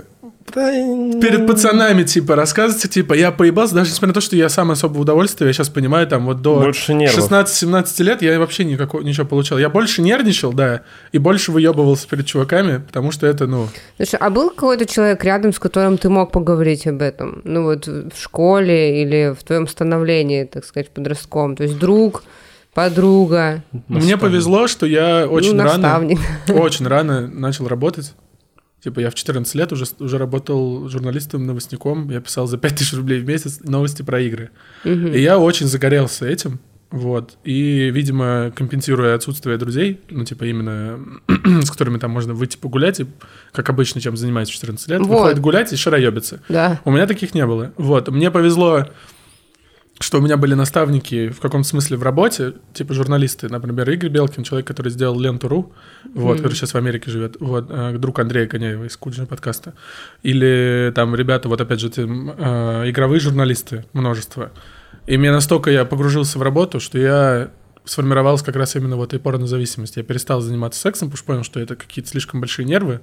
перед пацанами, типа, рассказывать, типа, я поебался, даже несмотря на то, что я сам особо удовольствие, я сейчас понимаю, там, вот до Больше нервов. шестнадцати-семнадцати лет я вообще никакого, ничего получал. Я больше нервничал, да, и больше выебывался перед чуваками, потому что это, ну... Слушай, а был какой-то человек рядом, с которым ты мог поговорить об этом? Ну вот в школе или в твоем становлении, так сказать, подростковом? То есть друг, подруга? Мне повезло, что я очень ну, рано... наставник. Очень рано начал работать. Типа я в четырнадцать лет уже, уже работал журналистом, новостником. Я писал за пять тысяч рублей в месяц новости про игры. Мгм. И я очень загорелся этим. Вот. И, видимо, компенсируя отсутствие друзей, ну, типа именно с которыми там можно выйти погулять, и, как обычно, чем занимается в четырнадцать лет, Вот. выходит гулять и шароебится. Да. У меня таких не было. Вот. Мне повезло, что у меня были наставники в каком-то смысле в работе, типа журналисты, например, Игорь Белкин, человек, который сделал Ленту.ру, вот, Мгм. который сейчас в Америке живет, вот, э, друг Андрея Коняева из Куджина подкаста. Или там ребята, вот опять же, там, э, игровые журналисты, множество. И мне настолько я погружился в работу, что я сформировался как раз именно вот и порнозависимость. Я перестал заниматься сексом, потому что понял, что это какие-то слишком большие нервы,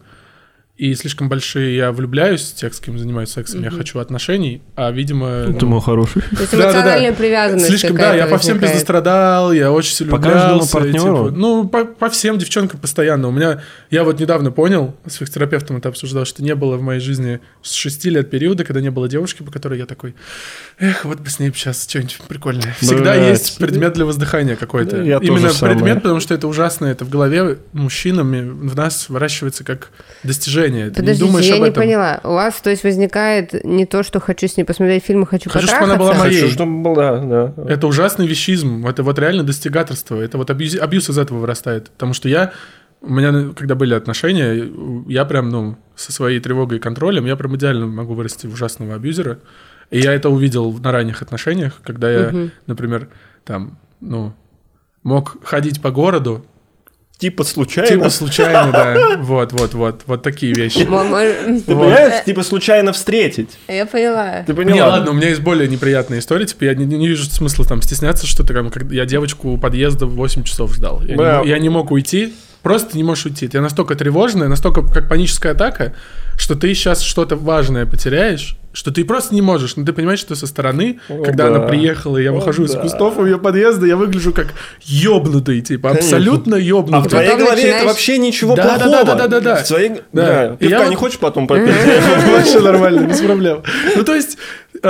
и слишком большие я влюбляюсь в тех, с кем занимаюсь сексом, я Мгм. хочу отношений, а, видимо... Ты мой хороший. То есть Да-да-да. эмоциональная привязанность Слишком, да, какая-то я по всем возникает. пиздострадал, я очень сильно По каждому влюблялся, и, партнеру? типа, ну, по, по всем девчонкам постоянно. У меня, я вот недавно понял, с психотерапевтом это обсуждал, что не было в моей жизни с шести лет периода, когда не было девушки, по которой я такой, эх, вот бы с ней сейчас что-нибудь прикольное. Всегда Блядь. есть предмет для воздыхания какой-то. Я тоже Именно самое. предмет, потому что это ужасно, это в голове мужчинами в нас выращивается как достижение. Ты не Подождите, думаешь я об не этом. поняла. У вас, то есть, возникает не то, что хочу с ней посмотреть фильм, а хочу, Хочу, чтобы потрахаться? она была моей. Хочу, чтобы был, да, да. Это ужасный вещизм, это вот реально достигаторство, это вот абьюз, абьюз из этого вырастает. Потому что я, у меня, когда были отношения, я прям, ну, со своей тревогой и контролем, я прям идеально могу вырасти в ужасного абьюзера. И я это увидел на ранних отношениях, когда я, Мгм. например, там, ну, мог ходить по городу, Типа случайно. типа случайно, да, вот, вот, вот, вот такие вещи. М- м- Ты Вот. понимаешь, типа случайно встретить. Я поняла. Ты Не, поняла? ладно, у меня есть более неприятная история, типа я не, не вижу смысла там стесняться, что ты там, когда я девочку у подъезда восемь часов ждал. Я, Да. не, я не мог уйти, просто не можешь уйти. Ты настолько тревожная, настолько как паническая атака, что ты сейчас что-то важное потеряешь, что ты просто не можешь, но ты понимаешь, что со стороны, О, когда да. она приехала, я О, выхожу да. из кустов у ее подъезда, я выгляжу как ёбнутый, типа, Конечно. абсолютно ёбнутый. А в твоей голове начинаешь... это вообще ничего да, плохого. Да, да, да, да, да. В своей... да. да. Пивка я... не хочешь потом попить? Вообще нормально, без проблем. Ну, то есть,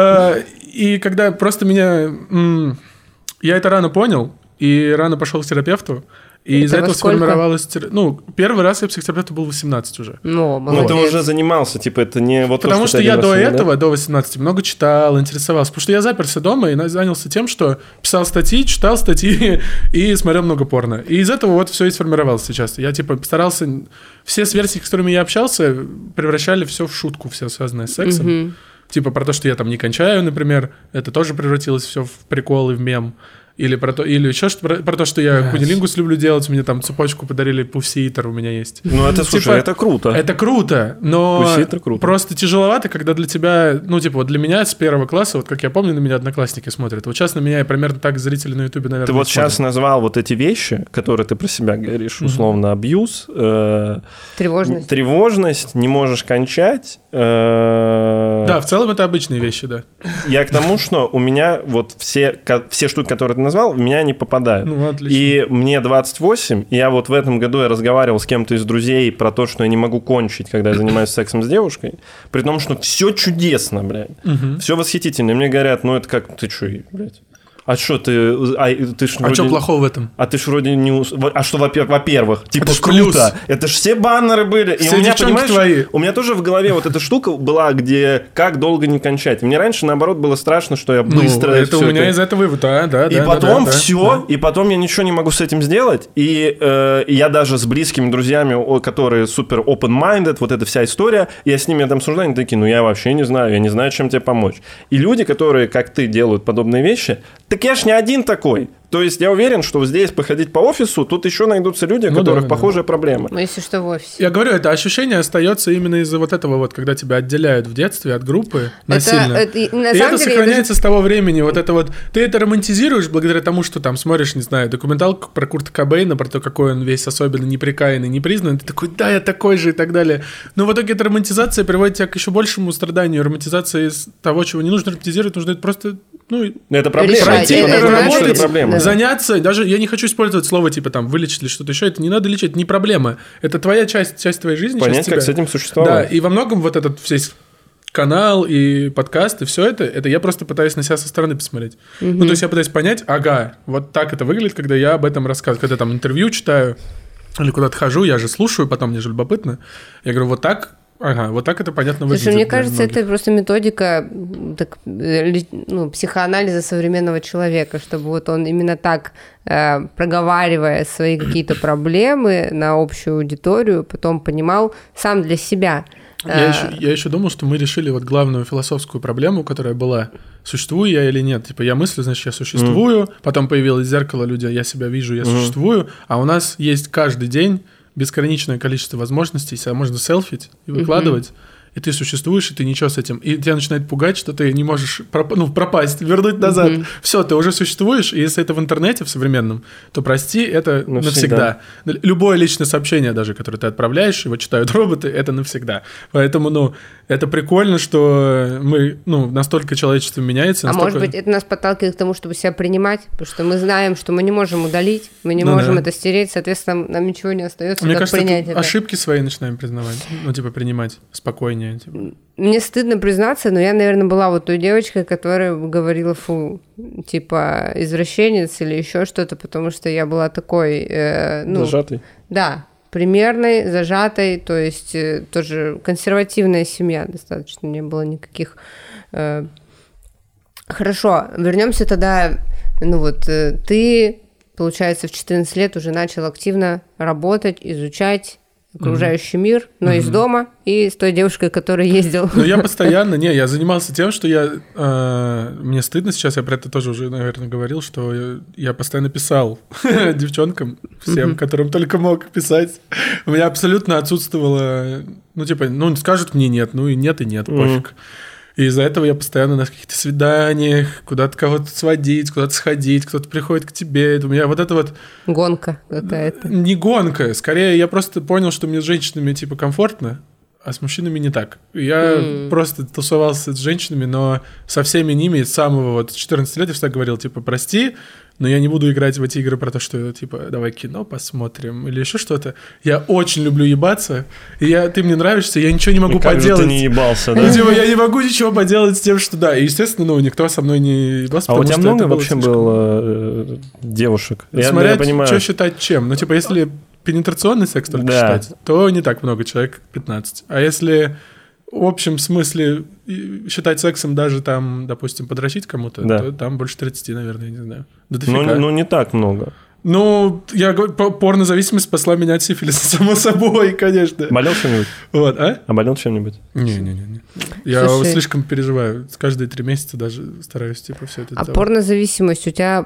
и когда просто меня... Я это рано понял, и рано пошел к терапевту, и это из-за этого сколько? сформировалось... Ну, первый раз я психотерапевту был в восемнадцать уже. Ну, ну ты уже занимался, типа, это не вот Потому то, что, что я до этого, да? до восемнадцати, много читал, интересовался. Потому что я заперся дома и занялся тем, что писал статьи, читал статьи и смотрел много порно. И из этого вот все и сформировалось сейчас. Я, типа, постарался... Все с версиями, с которыми я общался, превращали все в шутку, все связанное с сексом. Mm-hmm. Типа про то, что я там не кончаю, например. Это тоже превратилось все в прикол и в мем. Или про то, или еще что про, про то, что я yes. кунилингус люблю делать, мне там цепочку подарили, пуфсиитер у меня есть. Ну это, слушай, типа, это круто. Это круто, но круто. Просто тяжеловато, когда для тебя, ну типа вот для меня с первого класса, вот как я помню, на меня одноклассники смотрят. Вот сейчас на меня примерно так зрители на ютубе, наверное, Ты вот смотрят. Сейчас назвал вот эти вещи, которые ты про себя говоришь, условно, абьюз, э, тревожность. тревожность, не можешь кончать. Э, да, в целом это обычные вещи, да. Я к тому, что у меня вот все, все штуки, которые ты назвал, в меня не попадают. Ну, отлично. И мне двадцать восемь, и я вот в этом году я разговаривал с кем-то из друзей про то, что я не могу кончить, когда я занимаюсь сексом с девушкой, при том, что все чудесно, блядь. Угу. Все восхитительно. И мне говорят, ну это как, ты что, блядь? А что ты... А, ты ж а вроде, что плохого в этом? А ты ж вроде не... А что, во-первых, типа это круто. Плюс. Это ж все баннеры были. Все и у меня, понимаешь, твои. У меня тоже в голове вот эта штука была, где как долго не кончать. Мне раньше, наоборот, было страшно, что я быстро... Ну, это у меня это... из этого вывод, да, да, И да, потом да, да, все, да. и потом я ничего не могу с этим сделать. И э, я даже с близкими друзьями, которые супер open-minded, вот эта вся история, я с ними там обсуждаю, они такие, ну я вообще не знаю, я не знаю, чем тебе помочь. И люди, которые, как ты, делают подобные вещи, так я ж не один такой. То есть я уверен, что здесь походить по офису, тут еще найдутся люди, у ну, которых да, похожие да. проблемы. Ну, если что, в офисе. Я говорю, это ощущение остается именно из-за вот этого вот, когда тебя отделяют в детстве от группы насильно. Это, это, на и это деле, сохраняется это... с того времени. Вот это вот. Ты это романтизируешь благодаря тому, что там смотришь, не знаю, документалку про Курта Кобейна, про то, какой он весь особенно неприкаянный, непризнанный. Ты такой, да, я такой же и так далее. Но в итоге эта романтизация приводит тебя к еще большему страданию. Романтизация из того, чего не нужно романтизировать, нужно это просто... Ну, это проблема. Пройти, это, это, работать, это проблема. Заняться, даже я не хочу использовать слово типа там вылечить или что-то еще, это не надо лечить, это не проблема, это твоя часть, часть твоей жизни. Понять, как с этим существовать. Да, и во многом вот этот весь канал и подкаст и все это, это я просто пытаюсь на себя со стороны посмотреть. Mm-hmm. Ну, то есть я пытаюсь понять, ага, вот так это выглядит, когда я об этом рассказываю, когда там интервью читаю или куда-то хожу, я же слушаю, потом мне же любопытно, я говорю, вот так. Ага, вот так это понятно выглядит. Слушай, мне кажется, это просто методика так, ну, психоанализа современного человека, чтобы вот он именно так, э, проговаривая свои какие-то проблемы на общую аудиторию, потом понимал сам для себя. Я, еще, я еще думал, что мы решили вот главную философскую проблему, которая была, существую я или нет. Типа я мыслю, значит, я существую, mm. потом появилось зеркало, люди, я себя вижу, я mm. существую, а у нас есть каждый день бесконечное количество возможностей, себя можно селфить и выкладывать, mm-hmm. и ты существуешь, и ты ничего с этим. И тебя начинает пугать, что ты не можешь проп- ну, пропасть, вернуть назад. Mm-hmm. Все, ты уже существуешь, и если это в интернете, в современном, то прости, это навсегда. навсегда. Любое личное сообщение даже, которое ты отправляешь, его читают роботы, это навсегда. Поэтому, ну, это прикольно, что мы, ну, настолько человечество меняется. А настолько... может быть, это нас подталкивает к тому, чтобы себя принимать, потому что мы знаем, что мы не можем удалить, мы не ну, можем да. это стереть, соответственно, нам ничего не остается, Мне как кажется, принять это. Ошибки свои начинаем признавать, ну, типа, принимать спокойнее. Типа. Мне стыдно признаться, но я, наверное, была вот той девочкой, которая говорила, фу, типа, извращенец или еще что-то, потому что я была такой... Э, ну, зажатой. Да, примерной, зажатой, то есть э, тоже консервативная семья достаточно, не было никаких... Э... Хорошо, вернемся тогда, ну вот, э, ты, получается, в четырнадцать лет уже начал активно работать, изучать окружающий mm-hmm. мир, но mm-hmm. из дома и с той девушкой, которая ездил. Ну, я постоянно, не, я занимался тем, что я, э, мне стыдно сейчас, я про это тоже уже, наверное, говорил, что я, я постоянно писал девчонкам, всем, mm-hmm. которым только мог писать. У меня абсолютно отсутствовало, ну, типа, ну, скажут мне нет, ну, и нет, и нет, mm-hmm. пофиг. И из-за этого я постоянно на каких-то свиданиях, куда-то кого-то сводить, куда-то сходить, кто-то приходит к тебе. У меня вот это вот... Гонка какая-то. Не гонка. Скорее, я просто понял, что мне с женщинами, типа, комфортно. а с мужчинами не так. Я mm. просто тусовался с женщинами, но со всеми ними с самого вот четырнадцати лет я всегда говорил, типа, прости, но я не буду играть в эти игры про то, что, типа, давай кино посмотрим или еще что-то. Я очень люблю ебаться, и я, ты мне нравишься, я ничего не могу и как поделать. Же ты не ебался, да? Ну, типа, я не могу ничего поделать с тем, что да. И, естественно, ну, никто со мной не ебался, а потому у тебя что много было вообще слишком... было э, девушек? Я, Смотря, я понимаю... что считать чем. Ну, типа, если пенетрационный секс только да. считать, то не так много, человек пятнадцать. А если... в общем смысле считать сексом даже там, допустим, подрочить кому-то, да. то там больше тридцати, наверное, я не знаю. Да ну, ну, не так много. Ну, я говорю, порнозависимость спасла меня от сифилиса, само собой, конечно. Болел чем-нибудь? Вот, а? А болел чем-нибудь? Не-не-не. Я Слушай, слишком переживаю. Каждые три месяца даже стараюсь, типа, все это А делать. Порнозависимость у тебя...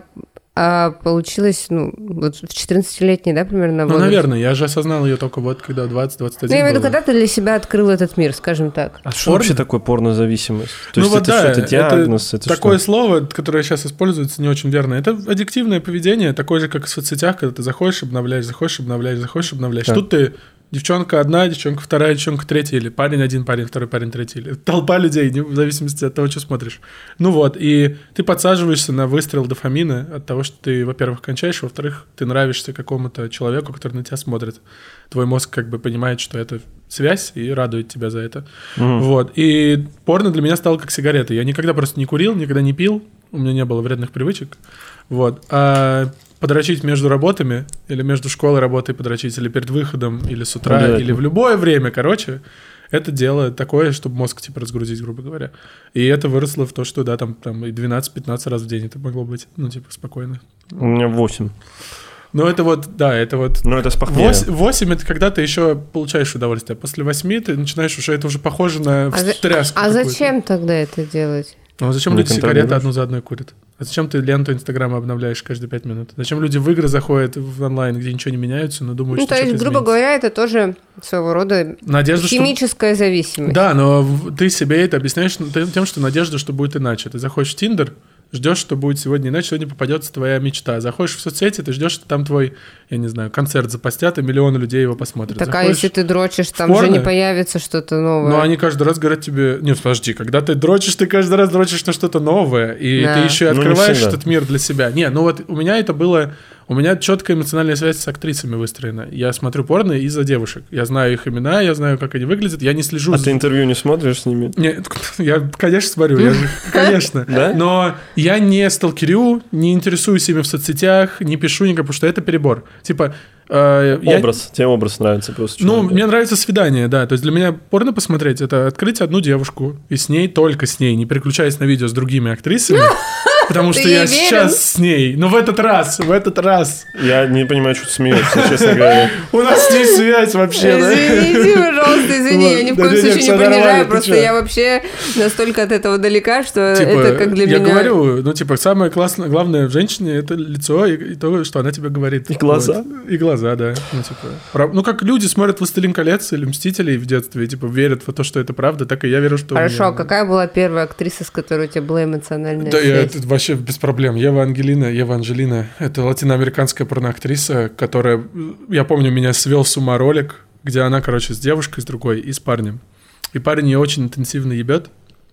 А получилось, ну, вот в четырнадцатилетний, да, примерно возраст? Ну, наверное, я же осознал ее только вот, когда двадцать-двадцать один Ну, я имею в виду, было. когда ты для себя открыл этот мир, скажем так. А что вообще такое порнозависимость? То ну, есть вот это да, что, это диагноз? Это, это такое что? Слово, которое сейчас используется не очень верно. Это аддиктивное поведение, такое же, как в соцсетях, когда ты заходишь, обновляешь, заходишь, обновляешь, заходишь, обновляешь. Так. Тут ты... Девчонка одна, девчонка вторая, девчонка третья, или парень один, парень второй, парень третий, или толпа людей, в зависимости от того, что смотришь. Ну вот, и ты подсаживаешься на выстрел дофамина от того, что ты, во-первых, кончаешь, во-вторых, ты нравишься какому-то человеку, который на тебя смотрит. Твой мозг как бы понимает, что это связь, и радует тебя за это. Mm. Вот, и порно для меня стало как сигарета. Я никогда просто не курил, никогда не пил, у меня не было вредных привычек. Вот, а... подрочить между работами, или между школой работой подрочить, или перед выходом, или с утра, да, или в любое время, короче, это дело такое, чтобы мозг, типа, разгрузить, грубо говоря. И это выросло в то, что, да, там, там и двенадцать-пятнадцать раз в день это могло быть, ну, типа, спокойно. У меня восемь. Ну, это вот, да, это вот... Ну, это спокойно. восемь это когда ты еще получаешь удовольствие. После восьми ты начинаешь уже, это уже похоже на а встряску. А зачем тогда это делать? Ну, а зачем люди сигареты одну за одной курят? А зачем ты ленту Инстаграма обновляешь каждые пять минут? Зачем люди в игры заходят в онлайн, где ничего не меняются, но думают, ну, что то что-то есть, грубо изменится? говоря, это тоже своего рода надежда, химическая что... зависимость. Да, но ты себе это объясняешь тем, что надежда, что будет иначе. Ты заходишь в Тиндер, ждешь, что будет сегодня иначе, сегодня попадется твоя мечта. Заходишь в соцсети, ты ждешь, что там твой, я не знаю, концерт запостят, и миллионы людей его посмотрят. Так, Заходишь а если ты дрочишь, там порно, же не появится что-то новое. Но они каждый раз говорят тебе... Нет, подожди, когда ты дрочишь, ты каждый раз дрочишь на что-то новое, и да. ты еще и открываешь ну, этот мир для себя. Не, ну вот у меня это было... У меня четкая эмоциональная связь с актрисами выстроена. Я смотрю порно из-за девушек. Я знаю их имена, я знаю, как они выглядят. Я не слежу... А за... ты интервью не смотришь с ними? Нет, я, конечно, смотрю. Я же, конечно. Да? Но я не сталкерю, не интересуюсь ими в соцсетях, не пишу никак, потому что это перебор. Типа... Э, образ. Я... Тебе образ нравится просто. Ну, мне нравится свидание, да. То есть для меня порно посмотреть — это открыть одну девушку, и с ней, только с ней, не переключаясь на видео с другими актрисами. Потому что я сейчас с ней. Но в этот раз, в этот раз. Я не понимаю, что ты смеешься, честно говоря. У нас с ней связь вообще, да? Извините, пожалуйста, извини. Я ни в коем случае не понижаю. Просто я вообще настолько от этого далека, что это как для меня... Я говорю, ну, типа, самое классное, главное в женщине — это лицо и то, что она тебе говорит. И глаза. И глаза, да. Ну, типа... Ну, как люди смотрят «Властелин колец» или «Мстителей» в детстве, и, типа, верят в то, что это правда, так и я верю, что... Хорошо, а какая была первая актриса, с которой у тебя была эмоциональная связь? Да, я вообще без проблем. Ева Ангелина, Ева Анжелина. Это латиноамериканская порноактриса, которая... Я помню, меня свел с ума ролик, где она, короче, с девушкой, с другой и с парнем. И парень ее очень интенсивно ебет,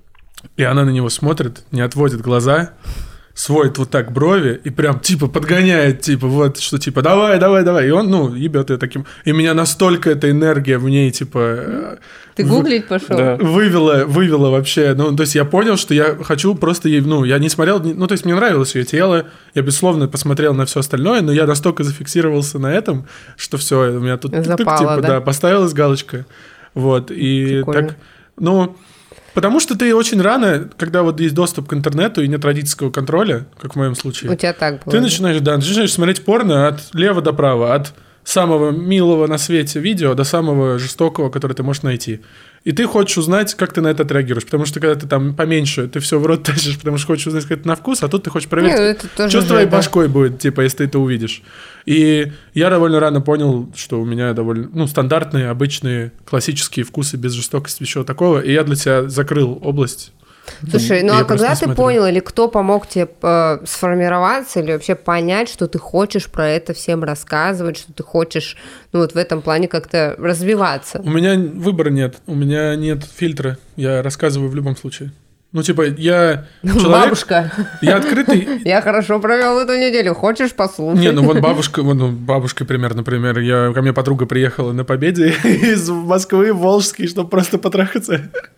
и она на него смотрит, не отводит глаза, сводит вот так брови и прям, типа, подгоняет, типа, вот, что, типа, давай, давай, давай. И он, ну, ебет ее таким... И меня настолько эта энергия в ней, типа... Ты гуглить пошел? Да. Вывела, вывела вообще. Ну, то есть я понял, что я хочу просто ей... Ну, я не смотрел... Ну, то есть мне нравилось ее тело. Я, безусловно, посмотрел на все остальное, но я настолько зафиксировался на этом, что все, у меня тут... Запало, типа, да? да, поставилась галочка. Вот, и прикольно. Так... Ну... Потому что ты очень рано, когда вот есть доступ к интернету и нет родительского контроля, как в моем случае. У тебя так было. Ты начинаешь, да, начинаешь смотреть порно от лева до права, от самого милого на свете видео до самого жестокого, которое ты можешь найти. И ты хочешь узнать, как ты на это отреагируешь. Потому что когда ты там поменьше, ты все в рот тащишь, потому что хочешь узнать, как это на вкус, а тут ты хочешь проверить, ну, что с твоей башкой будет, типа, если ты это увидишь. И я довольно рано понял, что у меня довольно, ну, стандартные, обычные, классические вкусы без жестокости, ничего такого. И я для себя закрыл область Слушай, ну а когда ты понял, или кто помог тебе э, сформироваться, или вообще понять, что ты хочешь про это всем рассказывать, что ты хочешь, ну вот в этом плане как-то развиваться? У меня выбора нет, у меня нет фильтра, я рассказываю в любом случае. Ну, типа, я человек... Бабушка. Я открытый. Я хорошо провел эту неделю. Хочешь послушать? Не, ну вот бабушка, вот, ну, бабушка пример, например. Я, ко мне подруга приехала на Победе из Москвы в Волжский, чтобы просто потрахаться.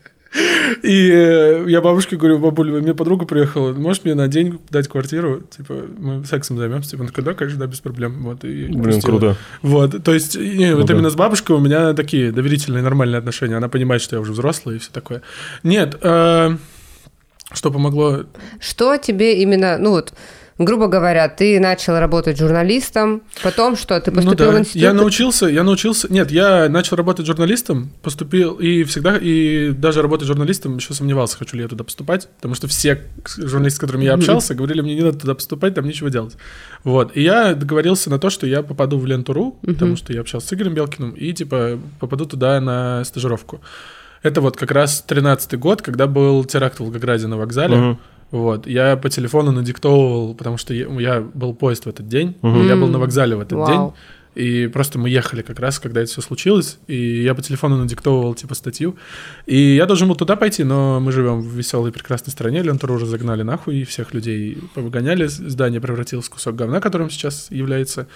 И я бабушке говорю: бабуль, мне подруга приехала, можешь мне на день дать квартиру? Типа, мы сексом займемся. Типа, она такая: да, конечно, да, без проблем. Вот, и Блин, пустила. круто. Вот, то есть, не, ну, вот да. именно с бабушкой у меня такие доверительные, нормальные отношения. Она понимает, что я уже взрослый и все такое. Нет, э- что помогло? Что тебе именно, ну вот, грубо говоря, ты начал работать журналистом, потом что, ты поступил ну, да. в институт? Я научился, я научился, нет, я начал работать журналистом, поступил, и всегда, и даже работать журналистом еще сомневался, хочу ли я туда поступать, потому что все журналисты, с которыми я общался, говорили, мне не надо туда поступать, там нечего делать. Вот, и я договорился на то, что я попаду в Ленту.ру, потому что я общался с Игорем Белкиным, и, типа, попаду туда на стажировку. Это вот как раз тринадцатый год, когда был теракт в Волгограде на вокзале. Uh-huh. Вот. Я по телефону надиктовывал, потому что я, я был поезд в этот день, uh-huh. я был на вокзале в этот wow. день. И просто мы ехали как раз, когда это все случилось, и я по телефону надиктовывал, типа, статью. И я должен был туда пойти, но мы живем в веселой прекрасной стране, Ленту.ру уже загнали нахуй, и всех людей повыгоняли, здание превратилось в кусок говна, которым сейчас является.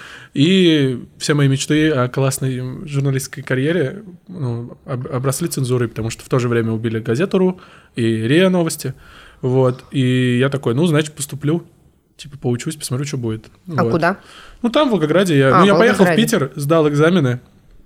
И все мои мечты о классной журналистской карьере, ну, обросли цензурой, потому что в то же время убили газету.ру и РИА Новости. Вот. И я такой: ну, значит, поступлю. Типа, поучусь, посмотрю, что будет. А вот. куда? Ну, там, в Волгограде. Я, а, ну, я в поехал в Питер, сдал экзамены,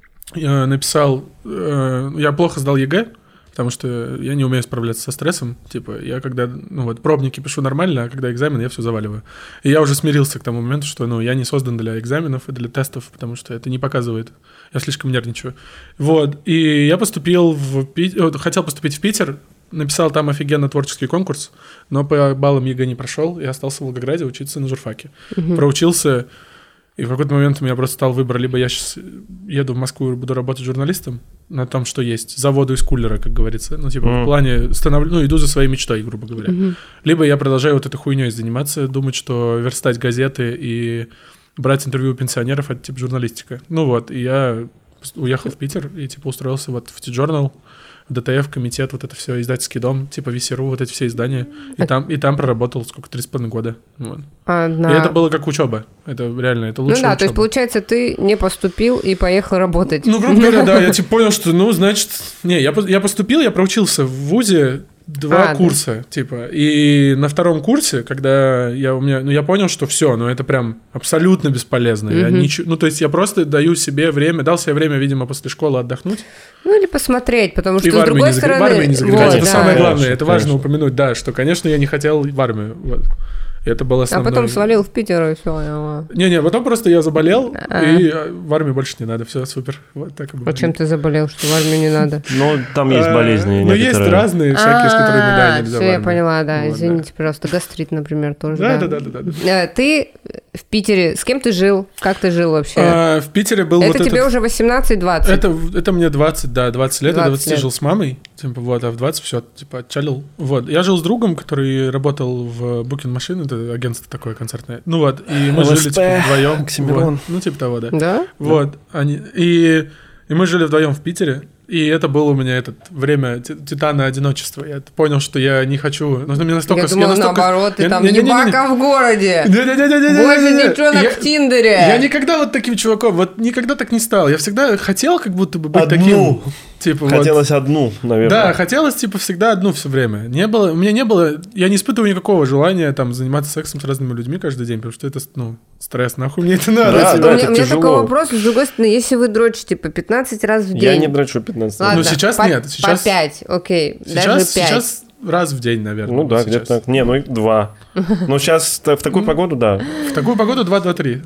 я написал... Э, я плохо сдал ЕГЭ, потому что я не умею справляться со стрессом. Типа, я когда... Ну, вот, пробники пишу нормально, а когда экзамен, я все заваливаю. И я уже смирился к тому моменту, что, ну, я не создан для экзаменов и для тестов, потому что это не показывает. Я слишком нервничаю. Вот. И я поступил в Питер... Хотел поступить в Питер, написал там офигенно творческий конкурс, но по баллам ЕГЭ не прошел, и остался в Волгограде учиться на журфаке. Uh-huh. Проучился, и в какой-то момент у меня просто стал выбор: либо я сейчас еду в Москву и буду работать журналистом на том, что есть, заводу из кулера, как говорится, ну, типа, uh-huh. в плане становлю, ну, иду за своей мечтой, грубо говоря. Uh-huh. Либо я продолжаю вот этой хуйней заниматься, думать, что верстать газеты и брать интервью у пенсионеров — это, типа, журналистика. Ну вот, и я уехал в Питер и, типа, устроился вот в T-Journal, ДТФ, комитет, вот это все, издательский дом, типа ВИСИРУ, вот эти все издания. И, а... там, и там проработал сколько, три с половиной года. Вот. А, да. И это было как учеба. Это реально, это лучшая Ну да, учеба. То есть, получается, ты не поступил и поехал работать. Ну, грубо говоря, да, я типа понял, что, ну, значит... Не, я, я поступил, я проучился в вузе два а, курса, да. типа. И на втором курсе, когда я, у меня, ну, я понял, что все, ну, это прям абсолютно бесполезно. Mm-hmm. Я ничего, ну, то есть я просто даю себе время, дал себе время, видимо, после школы отдохнуть. Ну, или посмотреть, потому что, и с другой не стороны... В армию не загребать. Вот, это да. самое главное, конечно, это важно конечно. упомянуть, да, что, конечно, я не хотел в армию, вот. Это было основное. А потом свалил в Питер и все. Не-не, потом просто я заболел, А-а. и в армию больше не надо, все, супер. Вот так и было. А чем ты заболел, что в армию не надо? Ну, там есть болезни. Ну, есть разные всякие, с которыми, да, нельзя в армию. Все, я поняла, да, извините, пожалуйста, гастрит, например, тоже. Да-да-да. Ты в Питере, с кем ты жил? Как ты жил вообще? В Питере был Это тебе уже восемнадцать-двадцать? Это мне двадцать, да, двадцать лет, я двадцать жил с мамой, типа, вот, а в двадцать все, типа, отчалил. Вот, я жил с другом, который работал в Booking Machine, это агентство такое концертное. Ну вот, и мы жили типа вдвоем. Вот. Ну, типа того, да. Да? Вот. Да. Они... И... и мы жили вдвоем в Питере. И это было у меня это время титана одиночества. Я понял, что я не хочу... Ну, мне настолько... Я думала, настолько... наоборот, ты я... там не, не, не, ебака не, не. в городе. Больше девчонок я... в Тиндере. Я никогда вот таким чуваком, вот никогда так не стал. Я всегда хотел как будто бы быть одну. таким... Типа, хотелось вот. одну, наверное. Да, хотелось, типа, всегда одну все время. Не было, у меня не было, я не испытываю никакого желания там заниматься сексом с разными людьми каждый день, потому что это, ну, стресс, нахуй мне это надо. Да, да, у это меня, тяжело. такой вопрос, с другой стороны, если вы дрочите по пятнадцать раз в день. Я не дрочу пятнадцать раз. Ладно, ну, сейчас по, нет. Сейчас, по пять, окей, сейчас, даже пять. Сейчас раз в день, наверное. Ну да, сейчас. Где-то так. Не, ну и два. Но сейчас в такую погоду, да. В такую погоду два-два-три.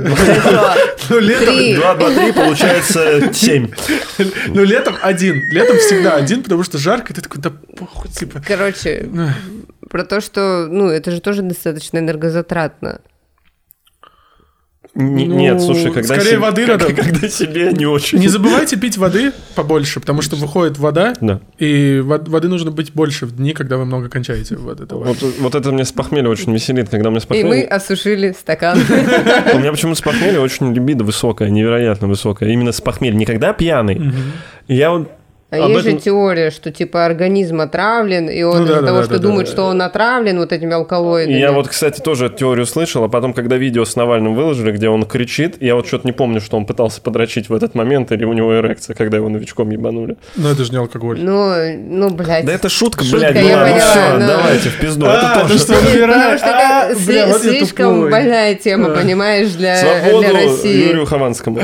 Ну, летом два-два-три получается семь. Ну, летом один. Летом всегда один, потому что жарко, ты такой, да похуй, типа. Короче, про то, что, ну, это же тоже достаточно энергозатратно. Н- ну, нет, слушай, когда скорее себе, воды как, надо. Когда себе не очень. Не забывайте пить воды побольше, потому что выходит вода, да. и воды нужно быть больше в дни, когда вы много кончаете. Вот это, вот, вот это мне с похмелья очень веселит, когда у меня с похмелья... И мы осушили стакан. У меня почему-то с похмелья очень либидо высокая, невероятно высокая. Именно с похмелья, никогда пьяный. Я вот... А Об есть этом... же теория, что типа организм отравлен, и он ну, из-за да, того, да, что да, думает, да, что он отравлен вот этими алкалоидами. Я вот, кстати, тоже эту теорию слышал, а потом, когда видео с Навальным выложили, где он кричит, я вот что-то не помню, что он пытался подрочить в этот момент, или у него эрекция, когда его новичком ебанули. Ну, это же не алкоголь. Ну, ну, блядь. Да это шутка, шутка блядь. Я ну, поняла, все, но... давайте в пизду. А, это тоже. Ну, что, Потому что это слишком больная тема, понимаешь, для России. Юрию Хованскому.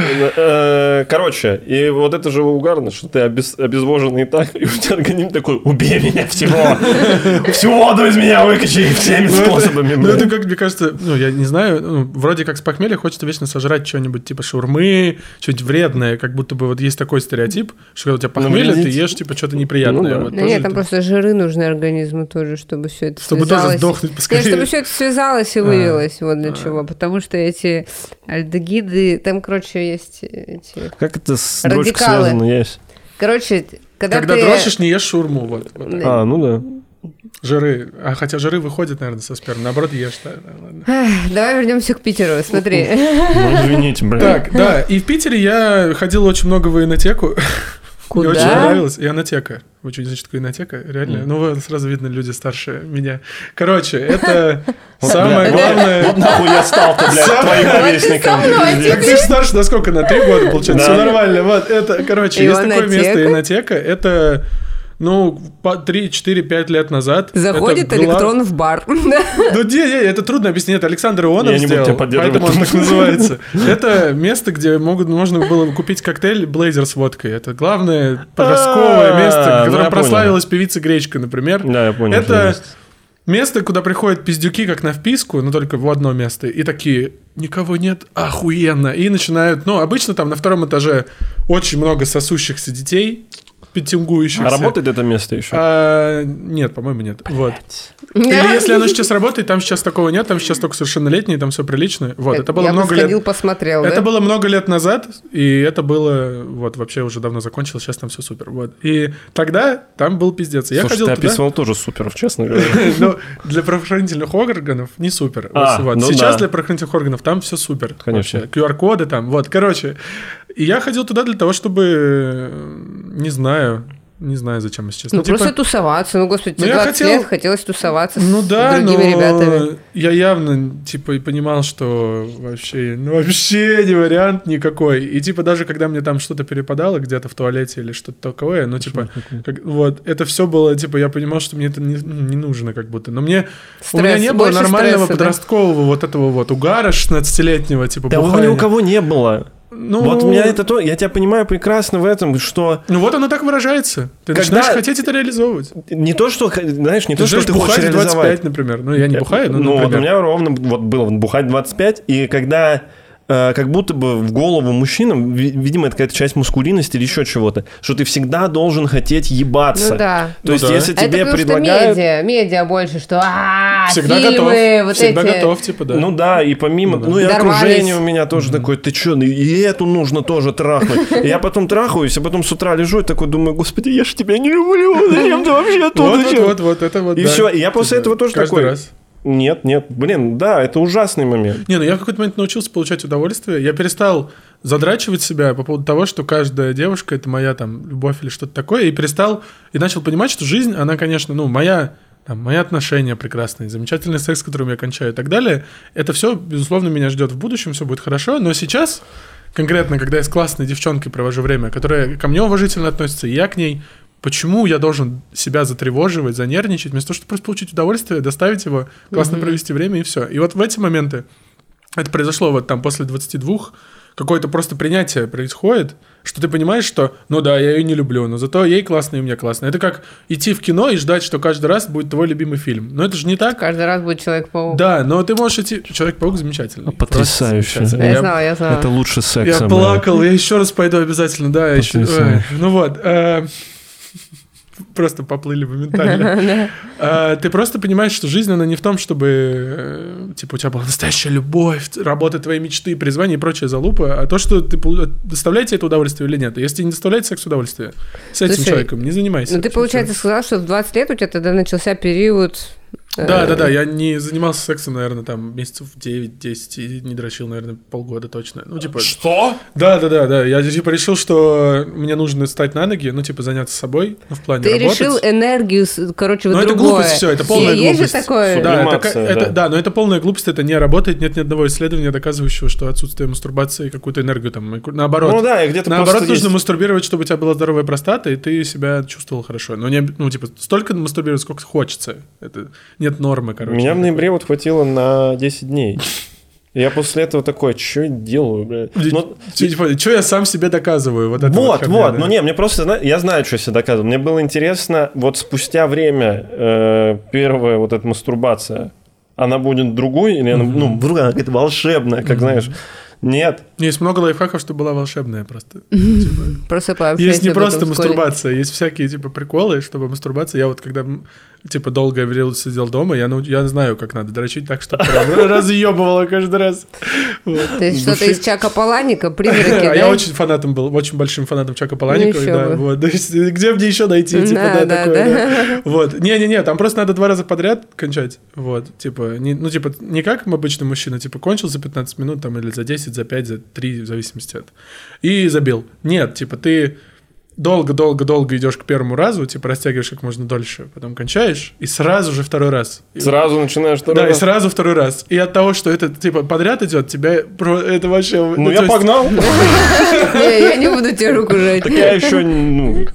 Короче, и вот это же угарно, что ты обезвоженный и так, и у тебя организм такой: убей меня всего, всю воду из меня выкачай всеми способами. Ну это, как мне кажется, ну я не знаю, вроде как с похмелья хочется вечно сожрать что-нибудь типа шаурмы, что-нибудь вредное, как будто бы вот есть такой стереотип, что когда у тебя похмелье, ты ешь типа что-то неприятное. Нет, там просто жиры нужны организму тоже, чтобы все это связалось. Чтобы тоже сдохнуть поскорее. Чтобы все это связалось и вывелось, вот для чего. Потому что эти альдегиды, там, короче, есть эти как это с дрочкой связано, есть? Короче, когда, когда ты... дрочишь, не ешь шаурму. Вот, вот. А, ну да. Жиры. А хотя жиры выходят, наверное, со спермы. Наоборот, ешь. Да, ладно. Давай вернемся к Питеру. Смотри. Ну, извините, блин. Так, да. И в Питере я ходил очень много в инотеку. Куда? Мне очень понравилось. И инотека. Вы что, не знаете, что такое инотека? Реально? Mm. Ну, сразу видно, люди старше меня. Короче, это самое главное... Вот нахуй я стал-то, блядь, твоим ровесником. Так ты старше на сколько? На три года, получается? Все нормально. Вот, это, короче, есть такое место, инотека. Это... Ну, три, четыре, пять лет назад... Заходит была... электрон в бар. Ну, не, не, это трудно объяснить. Это Александр Ионов я сделал, поэтому он так называется. Это место, где могут, можно было купить коктейль Блейзер с водкой. Это главное подростковое место, в котором прославилась певица Гречка, например. Да, я понял. Это место, куда приходят пиздюки, как на вписку, но только в одно место. И такие: никого нет, охуенно. И начинают... Ну, обычно там на втором этаже очень много сосущихся детей, петингующихся. А работает это место еще? А, нет, по-моему, нет. Вот. Или если оно сейчас работает, там сейчас такого нет, там сейчас только совершеннолетние, там все прилично. Вот, это было Я много бы сходил, лет. посмотрел, это да? было много лет назад, и это было, вот, вообще уже давно закончилось, сейчас там все супер. Вот. И тогда там был пиздец. Я Слушай, ходил ты туда... описывал тоже суперов, честно говоря. Ну, для правоохранительных органов не супер. А, вот. ну Сейчас да. для правоохранительных органов там все супер. Конечно. Вообще. ку ар коды там, вот, короче. И я ходил туда для того, чтобы, не знаю... Не знаю, зачем, если честно. Ну, ну просто типа... тусоваться. Ну, господи, тебе ну, двадцать хотел... лет хотелось тусоваться ну, с да, другими но ребятами. Я явно, типа, и понимал, что вообще, ну, вообще не вариант никакой. И, типа, даже когда мне там что-то перепадало где-то в туалете или что-то такое, ну, типа, как, вот, это все было, типа, я понимал, что мне это не, не нужно как будто. Но мне, Стресс, у меня не было нормального стресса, подросткового да? вот этого вот угара шестнадцатилетнего, типа, да бухания. Да ни у кого не было. Ну, вот у меня это то, я тебя понимаю прекрасно в этом, что... Ну вот оно так выражается. Ты когда... начинаешь хотеть это реализовывать. Не то, что, знаешь, не ты то, что ты бухать хочешь реализовать. двадцать пять, например. Ну, я не бухаю, но, Ну, например. вот у меня ровно вот было бухать двадцать пять, и когда... как будто бы в голову мужчинам, видимо, это какая-то часть мускулинности или еще чего-то, что ты всегда должен хотеть ебаться. Ну да. То ну есть, да. если а тебе это предлагают... медиа, медиа больше, что а всегда фильмы, готов, вот всегда эти... готов, типа, да. Ну да, и помимо... Ну, да. ну и Дорвались. окружение у меня тоже mm-hmm. такое, ты что, и эту нужно тоже трахнуть. И я потом трахаюсь, а потом с утра лежу и такой думаю: господи, я ж тебя не люблю, зачем ты вообще тут? Вот, вот, вот, это вот, и все, и я после этого тоже такой... Нет, нет, блин, да, это ужасный момент. Не, ну я в какой-то момент научился получать удовольствие. Я перестал задрачивать себя по поводу того, что каждая девушка — это моя там любовь или что-то такое, и перестал, и начал понимать, что жизнь, она, конечно, ну, моя, там, мои отношения прекрасные, замечательный секс, которым я кончаю и так далее, это все, безусловно, меня ждет в будущем, все будет хорошо, но сейчас, конкретно, когда я с классной девчонкой провожу время, которая ко мне уважительно относится, и я к ней... Почему я должен себя затревоживать, занервничать, вместо того, чтобы просто получить удовольствие, доставить его, классно mm-hmm. провести время и все. И вот в эти моменты, это произошло вот там после двадцати двух, какое-то просто принятие происходит, что ты понимаешь, что, ну да, я ее не люблю, но зато ей классно и мне классно. Это как идти в кино и ждать, что каждый раз будет твой любимый фильм. Но это же не так. Каждый раз будет Человек-паук. Да, но ты можешь идти... Человек-паук замечательный. Потрясающе. Я, я знала, я знала. Это лучше секса. Я плакал, я еще раз пойду обязательно, да. Еще... Ну вот. просто поплыли моментально. Ты просто понимаешь, что жизнь, она не в том, чтобы, типа, у тебя была настоящая любовь, работа твоей мечты, призвание и прочая залупа, а то, что ты доставляет тебе это удовольствие или нет. Если не доставляет секс удовольствие, с этим Слушай, человеком не занимайся. Ну, ты, получается, сказал, что в двадцать лет у тебя тогда начался период... Да, да, да, я не занимался сексом, наверное, там месяцев девять-десять и не дрочил, наверное, полгода точно. Ну, типа... Что? Да, да, да, да. Я, типа, решил, что мне нужно встать на ноги, ну, типа, заняться собой, ну, в плане Ты работать. решил энергию, короче, в другое. Ну, это глупость все, это полная есть глупость. Есть же такое? Да, это, да. это, да, но это полная глупость, это не работает, нет ни одного исследования, доказывающего, что отсутствие мастурбации какую-то энергию там, наоборот. Ну, да, и где-то наоборот, нужно есть... мастурбировать, чтобы у тебя была здоровая простата, и ты себя чувствовал хорошо. Но не, ну, типа, столько мастурбировать, сколько хочется. Это нет нормы, короче. Меня в ноябре вот хватило на десять дней. Я после этого такой, что я делаю, блядь? Но... Типа, что я сам себе доказываю? Вот, это вот, вот, вот. Да. Ну, не, мне просто... Я знаю, что я себе доказываю. Мне было интересно, вот спустя время э, первая вот эта мастурбация, она будет другой? Или она, mm-hmm. ну, другая, какая-то волшебная, как, mm-hmm. знаешь... Нет. Есть много лайфхаков, что была волшебная просто. Просто пообщайся. Есть не просто мастурбация, есть всякие типа приколы, чтобы мастурбация. Я вот когда типа долгое время сидел дома, я, ну, я знаю, как надо дрочить так, чтобы прям разъебывало каждый раз. То есть что-то из Чака Паланика, призраки, да? Я очень фанатом был, очень большим фанатом Чака Паланика. Где мне еще найти? Типа, да, такое. Вот. Не-не-не, там просто надо два раза подряд кончать. Вот. Типа, ну, типа, не как обычный мужчина, типа, кончил за пятнадцать минут там или за десять, за пять, за три, в зависимости от... И забил. Нет, типа, ты долго-долго-долго идешь к первому разу, типа, растягиваешь как можно дольше, потом кончаешь, и сразу же второй раз. Сразу начинаешь второй да, раз? Да, и сразу второй раз. И от того, что это, типа, подряд идет, тебя... Это вообще... Ну, я погнал. Я не буду тебе руку жать. Так я еще, ну...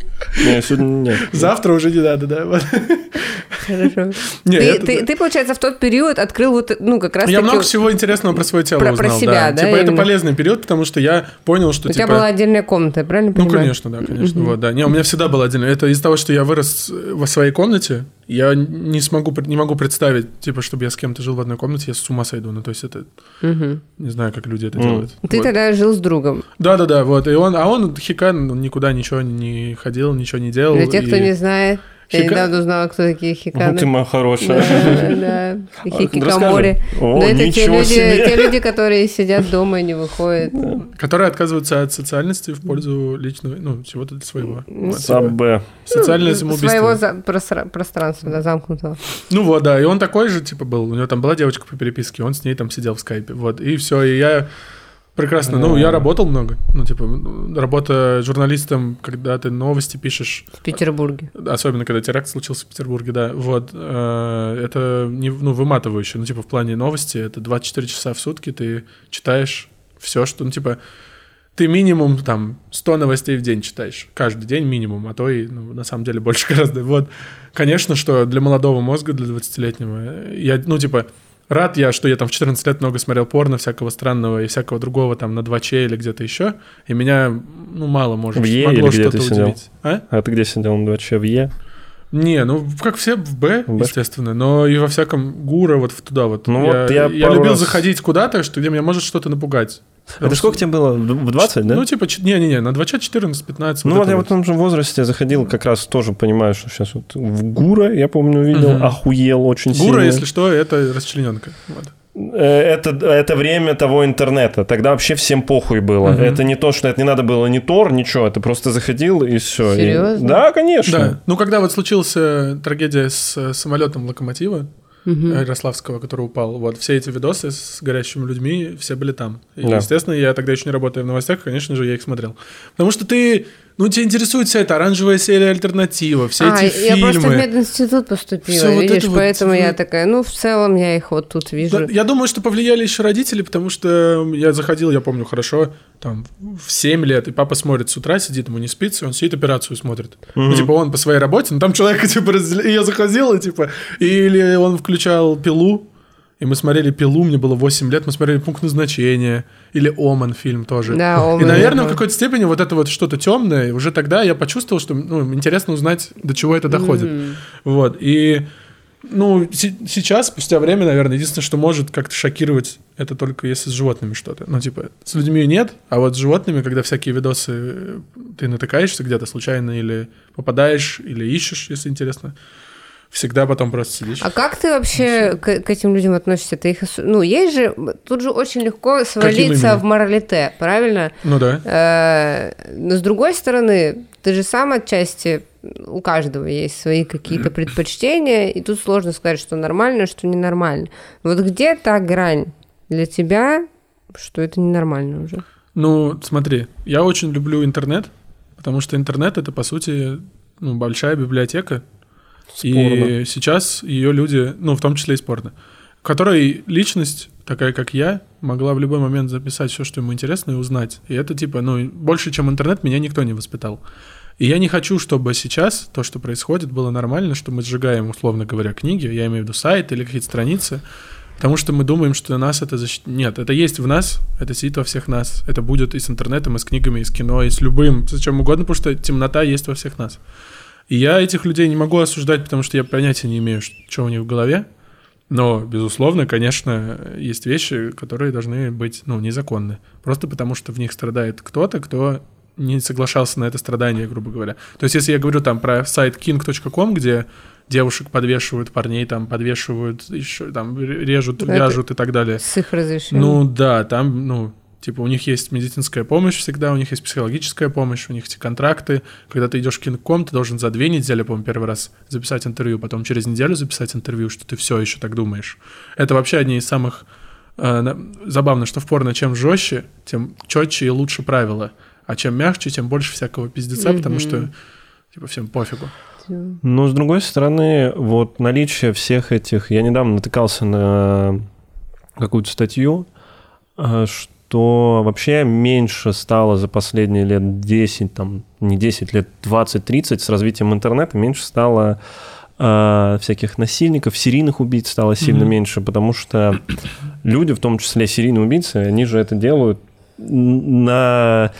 Завтра уже не надо, да? Хорошо. Ты, получается, в тот период открыл вот, ну, как раз Я много всего интересного про свое тело узнал. Про себя, да? Типа, это полезный период, потому что я понял, что, У тебя была отдельная комната, правильно понимаю? Ну, конечно, да, конечно. Вот, да. Не, у меня всегда была отдельная. Это из-за того, что я вырос во своей комнате, я не смогу, не могу представить, типа, чтобы я с кем-то жил в одной комнате, я с ума сойду. Ну, то есть это... Не знаю, как люди это делают. Ты тогда жил с другом. Да-да-да, вот. И он, а он, хикан, он никуда ничего не ходил, ничего не делал. Для тех, кто не знает... Я Хика... недавно узнала, кто такие хиканы. Ну, ты моя хорошая. Да, да, хикикамори. Но это те люди, те люди, которые сидят дома и не выходят. Которые отказываются от социальности в пользу личного, ну, чего-то своего. Саб. Социальное самоубийство. Своего пространства, да, замкнутого. Ну вот, да, и он такой же, типа, был. У него там была девочка по переписке, он с ней там сидел в скайпе. Вот, и все, и я... Прекрасно. Ну, я работал много. Ну, типа, работа журналистом, когда ты новости пишешь. В Петербурге. Особенно, когда теракт случился в Петербурге, да. Вот. Это не, ну, выматывающе. Ну, типа, в плане новости это двадцать четыре часа в сутки ты читаешь все, что... Ну, типа, ты минимум, там, сто новостей в день читаешь. Каждый день минимум, а то и, ну, на самом деле, больше гораздо. Вот. Конечно, что для молодого мозга, для двадцатилетнего, я, ну, типа... Рад я, что я там в четырнадцать лет много смотрел порно всякого странного и всякого другого там на два че или где-то еще, и меня, ну, мало, может, в Е могло что-то удивить. А? а ты где сидел на два че? В Е? Не, ну, как все в Б, в естественно, но и во всяком ГУРа вот туда вот. Ну, я вот я, я любил раз... заходить куда-то, что где меня может что-то напугать. Это сколько тебе было? В двадцать, да? Ну, типа, не-не-не, на два че четырнадцать-пятнадцать. Ну, вот я вот в том же возрасте заходил, как раз тоже понимаю, что сейчас вот в ГУРа, я помню, увидел, угу. охуел очень сильно. ГУРа, если что, это расчлененка. Вот. Это, это время того интернета. Тогда вообще всем похуй было. Uh-huh. Это не то, что это не надо было ни Тор, ничего. Ты просто заходил и все. Серьезно? И... Да, конечно. Да. Ну, когда вот случилась трагедия с самолетом Локомотива, uh-huh. Ярославского, который упал, вот, все эти видосы с горящими людьми, все были там. И, да. естественно, я тогда еще не работая в новостях, конечно же, я их смотрел. Потому что ты... Ну, тебя интересует вся эта оранжевая серия «Альтернатива», все а, эти я фильмы. Я просто в мединститут поступила, все видишь, вот поэтому вот... я такая, ну, в целом я их вот тут вижу. Да, я думаю, что повлияли еще родители, потому что я заходил, я помню хорошо, там, в семь лет, и папа смотрит с утра, сидит, ему не спится, он сидит, операцию смотрит. Mm-hmm. Ну, типа, он по своей работе, ну, там человек, типа, разделил, и я заходил, и, типа, или он включал «Пилу», и мы смотрели «Пилу», мне было восемь лет, мы смотрели «Пункт назначения», или «Оман» фильм тоже. Да, «Оман». И, наверное, в какой-то степени вот это вот что-то темное, уже тогда я почувствовал, что, ну, интересно узнать, до чего это доходит. Mm-hmm. Вот, и Ну, с- сейчас, спустя время, наверное, единственное, что может как-то шокировать, это только если с животными что-то. Ну, типа, с людьми нет, а вот с животными, когда всякие видосы ты натыкаешься где-то случайно или попадаешь, или ищешь, если интересно, всегда потом просто сидишь. А как ты вообще к, к этим людям относишься? Ты их, осу- ну, есть же, тут же очень легко свалиться именно? в моралите, правильно? Ну да. Э, Но с другой стороны, ты же сам отчасти, у каждого есть свои какие-то предпочтения, и тут сложно сказать, что нормально, что ненормально. Вот где та грань для тебя, что это ненормально уже? Ну, смотри, я очень люблю интернет, потому что интернет — это, по сути, ну, большая библиотека. Спорно. И сейчас ее люди, ну, в том числе и спорно, в которой личность, такая как я, могла в любой момент записать все, что ему интересно, и узнать. И это, типа, ну, больше, чем интернет, меня никто не воспитал. И я не хочу, чтобы сейчас то, что происходит, было нормально, что мы сжигаем, условно говоря, книги, я имею в виду сайты или какие-то страницы, потому что мы думаем, что нас это защитит. Нет, это есть в нас, это сидит во всех нас. Это будет и с интернетом, и с книгами, и с кино, и с любым, с чем угодно, потому что темнота есть во всех нас. И я этих людей не могу осуждать, потому что я понятия не имею, что у них в голове. Но, безусловно, конечно, есть вещи, которые должны быть, ну, незаконны. Просто потому что в них страдает кто-то, кто не соглашался на это страдание, грубо говоря. То есть, если я говорю там про сайт кинг точка ком, где девушек подвешивают, парней там подвешивают, еще там режут, Это вяжут и так далее. С их разрешением. Ну да, там, ну, типа у них есть медицинская помощь всегда, у них есть психологическая помощь, у них эти контракты. Когда ты идешь в кинг точка ком, ты должен за две недели, по-моему, первый раз записать интервью, потом через неделю записать интервью, что ты все еще так думаешь. Это вообще одни из самых... Э, забавно, что в порно чем жестче, тем четче и лучше правила. А чем мягче, тем больше всякого пиздеца, mm-hmm. потому что типа всем пофигу. Но, с другой стороны, вот наличие всех этих... Я недавно натыкался на какую-то статью, что вообще меньше стало за последние лет десять, там, не десять, лет двадцать-тридцать с развитием интернета, меньше стало э, всяких насильников, серийных убийц стало сильно mm-hmm. меньше, потому что люди, в том числе серийные убийцы, они же это делают на...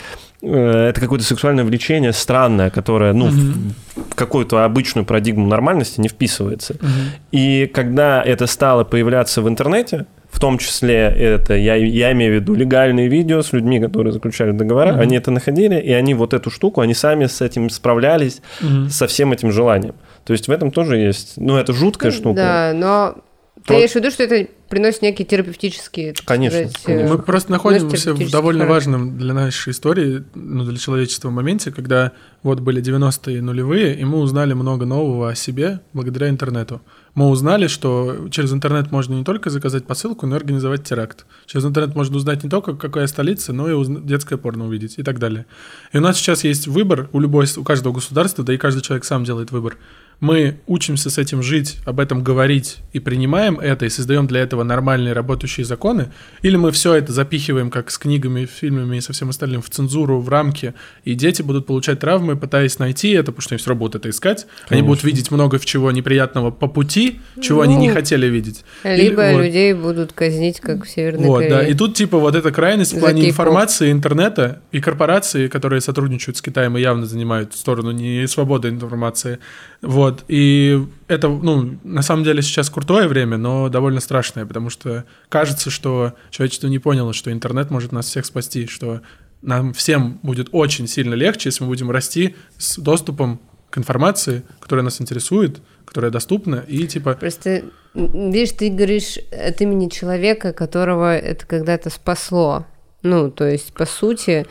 Это какое-то сексуальное влечение странное, которое, ну, uh-huh. в какую-то обычную парадигму нормальности не вписывается. Uh-huh. И когда это стало появляться в интернете, в том числе это, я, я имею в виду легальные видео с людьми, которые заключали договора, uh-huh. они это находили, и они вот эту штуку, они сами с этим справлялись, uh-huh. со всем этим желанием. То есть в этом тоже есть, ну, это жуткая штука. Да, но ты имеешь в виду, что это приносит некие терапевтические... Конечно, сказать, конечно. Мы просто находимся в довольно важном для нашей истории, ну, для человечества моменте, когда вот были девяностые нулевые, и мы узнали много нового о себе благодаря интернету. Мы узнали, что через интернет можно не только заказать посылку, но и организовать теракт. Через интернет можно узнать не только, какая столица, но и уз... детское порно увидеть и так далее. И у нас сейчас есть выбор у, любой, у каждого государства, да и каждый человек сам делает выбор. Мы учимся с этим жить, об этом говорить и принимаем это, и создаем для этого нормальные работающие законы, или мы все это запихиваем, как с книгами, фильмами и со всем остальным, в цензуру, в рамки, и дети будут получать травмы, пытаясь найти это, потому что им все равно будут это искать. Конечно. Они будут видеть много чего неприятного по пути, чего ну, они не хотели видеть. Либо или, людей вот. будут казнить, как в Северной вот, Корее. Да. И тут типа вот эта крайность в плане информации, интернета и корпорации, которые сотрудничают с Китаем и явно занимают сторону не свободы информации. Вот, и это, ну, на самом деле сейчас крутое время, но довольно страшное, потому что кажется, что человечество не поняло, что интернет может нас всех спасти, что нам всем будет очень сильно легче, если мы будем расти с доступом к информации, которая нас интересует, которая доступна, и типа... Просто, видишь, ты говоришь от имени человека, которого это когда-то спасло. Ну, то есть, по сути,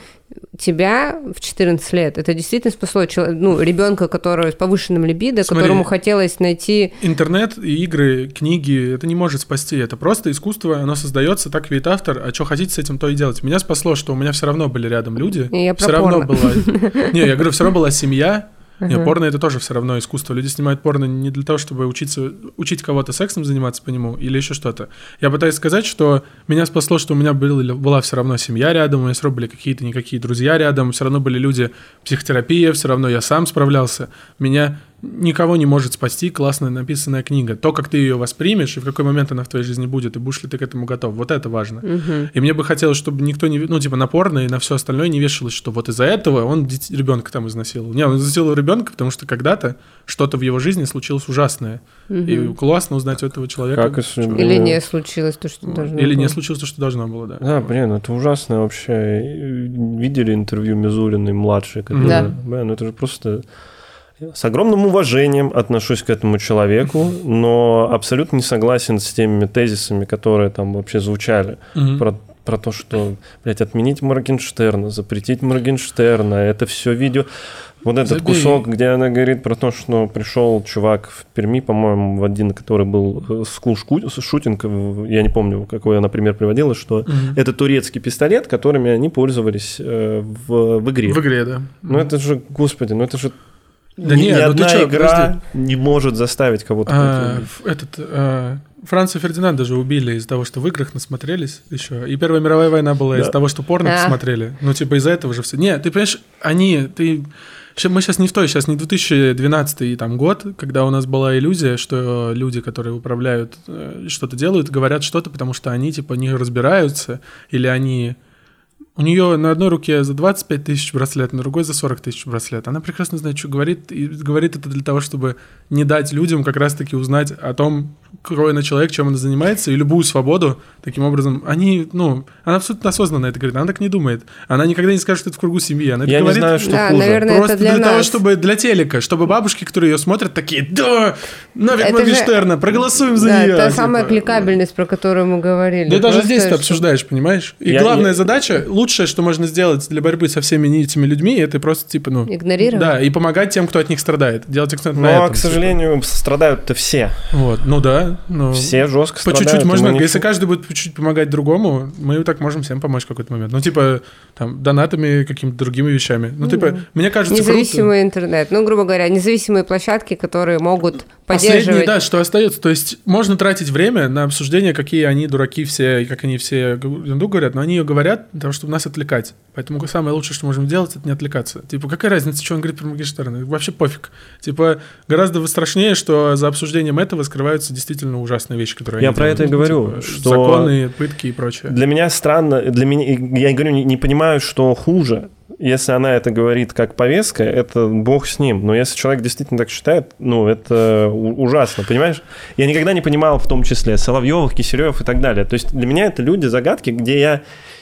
тебя в четырнадцать лет, это действительно спасло ну, ребенка, который с повышенным либидо, Смотри, которому хотелось найти... Интернет, игры, книги, это не может спасти, это просто искусство, оно создается, так видит автор, а что хотите с этим, то и делать. Меня спасло, что у меня все равно были рядом люди, я все равно была... Не, я говорю, все равно была семья. Uh-huh. Нет, порно — это тоже все равно искусство. Люди снимают порно не для того, чтобы учиться, учить кого-то сексом заниматься по нему или еще что-то. Я пытаюсь сказать, что меня спасло, что у меня был, была все равно семья рядом, у меня все равно были какие-то никакие друзья рядом, все равно были люди, психотерапия, все равно я сам справлялся. Меня никого не может спасти классно написанная книга. То, как ты ее воспримешь, и в какой момент она в твоей жизни будет, и будешь ли ты к этому готов. Вот это важно. Угу. И мне бы хотелось, чтобы никто не... Ну, типа, на порно и на все остальное не вешалось, что вот из-за этого он ребенка там изнасиловал. Не, он изнасиловал ребенка, потому что когда-то что-то в его жизни случилось ужасное. Угу. И классно узнать у этого человека. Как если... Или не случилось то, что должно Или было. не случилось то, что должно было, да. Да, блин, это ужасно вообще. Видели интервью Мизулиной младшей? Которая... Да. Блин, ну это же просто... С огромным уважением отношусь к этому человеку, но абсолютно не согласен с теми тезисами, которые там вообще звучали mm-hmm. про, про то, что, блядь, отменить Моргенштерна, запретить Моргенштерна, это все видео. Вот этот Забей. Кусок, где она говорит про то, что пришел чувак в Перми, по-моему, в один, который был скул-шутинг, я не помню, какой она пример приводила, что mm-hmm. это турецкий пистолет, которыми они пользовались э, в, в игре. В игре, да. Ну mm-hmm. это же, господи, ну это же Да ни, нет, ни ну одна ты чё, игра подожди. не может заставить кого-то... А, этот, а, Франца Фердинанда же убили из-за того, что в играх насмотрелись еще. И Первая мировая война была да. из-за того, что порно а. смотрели. Ну, типа, из-за этого же все. Не, ты понимаешь, они... ты Мы сейчас не в той, сейчас не две тысячи двенадцатый там, год, когда у нас была иллюзия, что люди, которые управляют, что-то делают, говорят что-то, потому что они, типа, не разбираются, или они... У нее на одной руке за двадцать пять тысяч браслет, на другой за сорок тысяч браслет. Она прекрасно знает, что говорит, и говорит это для того, чтобы не дать людям как раз-таки узнать о том, какой она человек, чем она занимается, и любую свободу. Таким образом, они, ну, она абсолютно осознанно это говорит, она так не думает. Она никогда не скажет, что это в кругу семьи. Она Я это не говорит знаю, что да, хуже. Наверное, просто это для, для нас. того, чтобы для телека, чтобы бабушки, которые ее смотрят, такие, да, нафиг Моргенштерна, же... проголосуем за да, нее. Это типа. Самая кликабельность, про которую мы говорили. Да даже здесь что... ты обсуждаешь, понимаешь? И я, главная я... задача, лучшее, что можно сделать для борьбы со всеми этими людьми, это просто, типа, ну... игнорировать. Да, и помогать тем, кто от них страдает. Делать акцент но, на этом. Но, к сожалению, типа. страдают-то все. Вот, ну да. Но... Все жестко по страдают. чуть-чуть можно, ничего... если каждый будет по чуть-чуть помогать другому, мы так можем всем помочь в какой-то момент. Ну, типа, там, донатами, какими-то другими вещами. Ну, типа, mm-hmm. мне кажется, независимый круто. интернет. Ну, грубо говоря, независимые площадки, которые могут поддерживать... Последнее, да, что остается. То есть можно тратить время на обсуждение, какие они дураки все, и как они все ерунду говорят, но они ее говорят для того, чтобы нас отвлекать. Поэтому самое лучшее, что можем делать, это не отвлекаться. Типа, какая разница, что он говорит про Моргенштерна? Вообще пофиг. Типа, гораздо страшнее, что за обсуждением этого скрываются действительно ужасные вещи, которые Я они про делают. это и говорю, Типа, что... законы, пытки и прочее. Для меня странно, для меня, я говорю, не, не понимаю, что хуже. Если она это говорит как повестка, это бог с ним. Но если человек действительно так считает, ну, это ужасно, понимаешь? Я никогда не понимал, в том числе, Соловьевых, Кисерёв и так далее. То есть для меня это люди-загадки, где я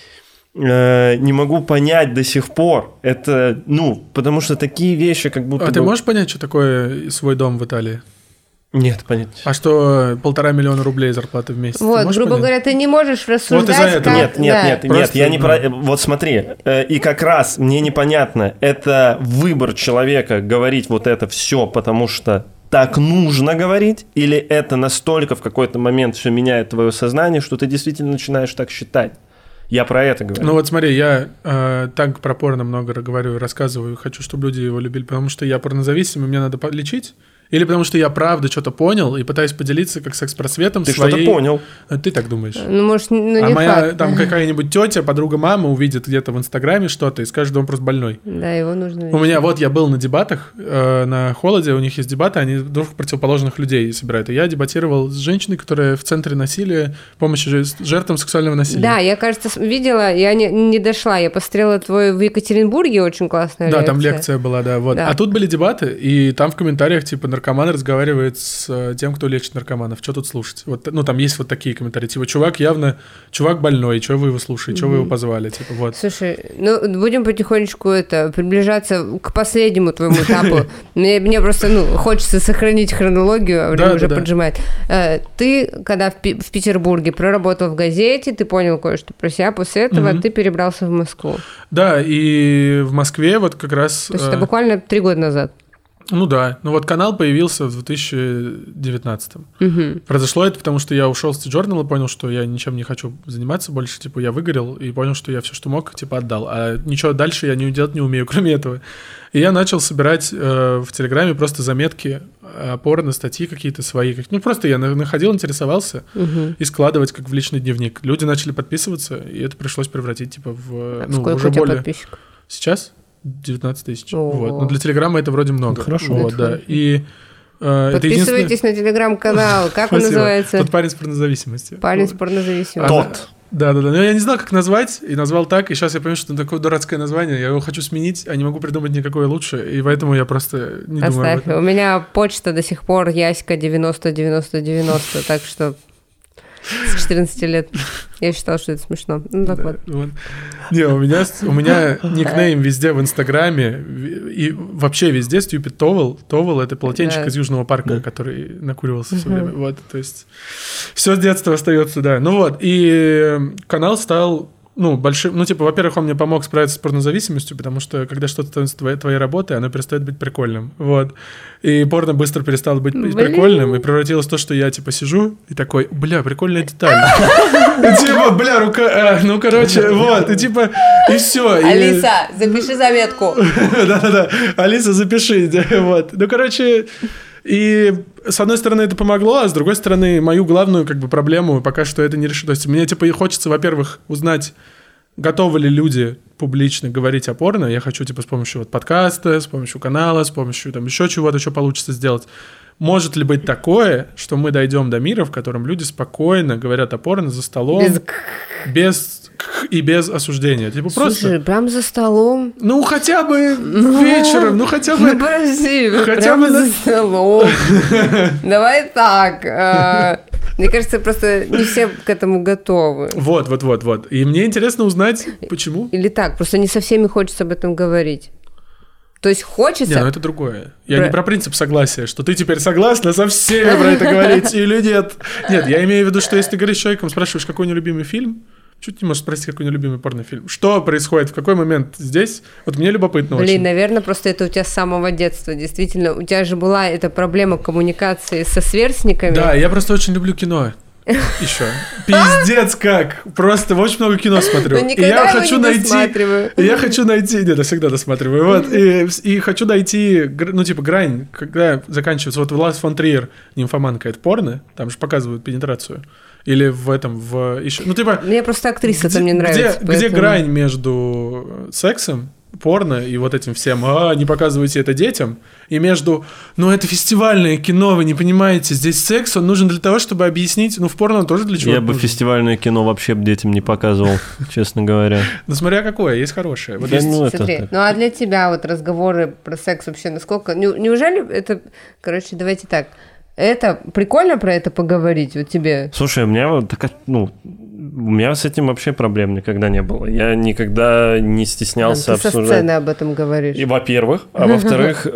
э, не могу понять до сих пор. Это, ну, потому что такие вещи как будто... А бы... ты можешь понять, что такое свой дом в Италии? Нет, понятно. А что полтора миллиона рублей зарплаты в месяц? Вот, грубо понять? говоря, ты не можешь рассуждать. Вот из-за этого. Как... Нет, нет, да. нет, Просто, нет, я не ну... про... Вот смотри, и как раз мне непонятно, это выбор человека говорить вот это все, потому что так нужно говорить, или это настолько в какой-то момент все меняет твое сознание, что ты действительно начинаешь так считать. Я про это говорю. Ну вот смотри, я э, так про порно много говорю, рассказываю, хочу, чтобы люди его любили, потому что я порнозависимый, мне надо лечить. Или потому что я правда что-то понял и пытаюсь поделиться как секс-просветом Ты своей... что-то понял. Ты так думаешь? Ну, может, ну, не а моя факт. там какая-нибудь тетя, подруга мамы увидит где-то в Инстаграме что-то и скажет, что он просто больной. Да, его нужно... У меня вот я был на дебатах э, на Холоде, у них есть дебаты, они двух противоположных людей собирают. И я дебатировал с женщиной, которая в центре насилия, помощи жертвам сексуального насилия. Да, я, кажется, видела, я не, не дошла, я посмотрела твой в Екатеринбурге, очень классная да, лекция. Да, там лекция была, да, вот. Да. А тут были дебаты, и там в комментариях, типа, наркоманы разговаривают с тем, кто лечит наркоманов. Что тут слушать? Вот, ну, там есть вот такие комментарии. Типа, чувак явно, чувак больной, что вы его слушаете, что mm-hmm. вы его позвали? Типа, вот. Слушай, ну, будем потихонечку это, приближаться к последнему твоему этапу. Мне, мне просто, ну, хочется сохранить хронологию, а время да, уже да, поджимает. Да. Ты, когда в, Пи- в Петербурге проработал в газете, ты понял кое-что про себя, после этого mm-hmm. ты перебрался в Москву. Да, и в Москве вот как раз... То есть это буквально три года назад. Ну да, ну вот канал появился в две тысячи девятнадцатом. Угу. Произошло это, потому что я ушел с T-Journal и понял, что я ничем не хочу заниматься больше, типа я выгорел и понял, что я все, что мог, типа отдал, а ничего дальше я не делать не умею, кроме этого. И я начал собирать э, в Телеграме просто заметки, опоры на статьи какие-то свои, ну просто я находил, интересовался угу. и складывать как в личный дневник. Люди начали подписываться, и это пришлось превратить типа в... А ну, сколько уже у тебя более... подписчиков? Сейчас? девятнадцать тысяч. Вот. Но для Телеграма это вроде много. Хорошо. Вот, да. И э, подписывайтесь на Телеграм-канал. Как он называется? Тот парень с порнозависимостью. Парень с порнозависимостью. Тот. Да, да, да. Но я не знал, как назвать, и назвал так, и сейчас я понимаю, что это такое дурацкое название. Я его хочу сменить, а не могу придумать никакое лучше, и поэтому я просто не Оставь. думаю об этом. У меня почта до сих пор Яська девяносто девяносто девяносто, так что с четырнадцати лет я считала, что это смешно. Ну так Да, вот. вот. Не, у меня, у меня никнейм везде в Инстаграме и вообще везде Stupid Towel. Towel — это полотенчик Да. из Южного парка, который накуривался все время. Вот, то есть все с детства остается, да. Ну вот, и канал стал, ну, большим, ну, типа, во-первых, он мне помог справиться с порнозависимостью, потому что, когда что-то становится твоей, твоей работой, оно перестает быть прикольным, вот. И порно быстро перестало быть Блин. прикольным, и превратилось в то, что я, типа, сижу и такой, бля, прикольная деталь. И типа, бля, рука, ну, короче, вот, и типа, и все. Алиса, запиши заметку. Да-да-да, Алиса, запиши, вот. Ну, короче... И с одной стороны это помогло, а с другой стороны мою главную как бы проблему пока что это не решит. То есть мне типа и хочется, во-первых, узнать, готовы ли люди публично говорить о порно. Я хочу типа с помощью вот подкаста, с помощью канала, с помощью там еще чего-то еще получится сделать. Может ли быть такое, что мы дойдем до мира, в котором люди спокойно говорят о порно за столом, Без... без и без осуждения? Типа Слушай, просто... прям за столом. Ну, хотя бы ну, вечером, ну, хотя бы... Ну, подожди, хотя прям бы... за столом. Давай так. Мне кажется, просто не все к этому готовы. Вот, вот, вот, вот. И мне интересно узнать, почему. Или так, просто не со всеми хочется об этом говорить. То есть хочется... Не, ну это другое. Я Про... не про принцип согласия, что ты теперь согласна со всеми про это говорить или нет. Нет, я имею в виду, что если ты говоришь с человеком, спрашиваешь, какой у него любимый фильм, чуть не можешь спросить, какой у него любимый порнофильм. Что происходит, в какой момент здесь? Вот мне любопытно Блин, очень. наверное, просто это у тебя с самого детства. Действительно, у тебя же была эта проблема коммуникации со сверстниками. Да, я просто очень люблю кино. Еще. Пиздец как. Просто очень много кино смотрю. Но И я хочу не найти... досматриваю. И я хочу найти... Нет, я всегда досматриваю. Вот. И, и хочу найти, ну, типа, грань, когда заканчивается... Вот Ларс фон Триер, «Нимфоманка», это порно? Там же показывают пенетрацию. Или в этом, в... еще. Ну, типа... Мне просто актриса где, там не нравится. Где, поэтому... где грань между сексом, порно и вот этим всем, а, не показывайте это детям, и между, ну, это фестивальное кино, вы не понимаете, здесь секс, он нужен для того, чтобы объяснить, ну, в порно он тоже для чего-то Я бы нужен. Фестивальное кино вообще детям не показывал, честно говоря. Ну, смотря какое, есть хорошее. Вот Да, есть... ну, это Смотри, так. ну а для тебя вот разговоры про секс вообще насколько... Не- Неужели это... Короче, давайте так. Это прикольно про это поговорить вот тебе? Слушай, у меня вот такая, ну, у меня с этим вообще проблем никогда не было. Я никогда не стеснялся Ты со обсуждать. сцены об этом говоришь. И, во-первых, а во-вторых,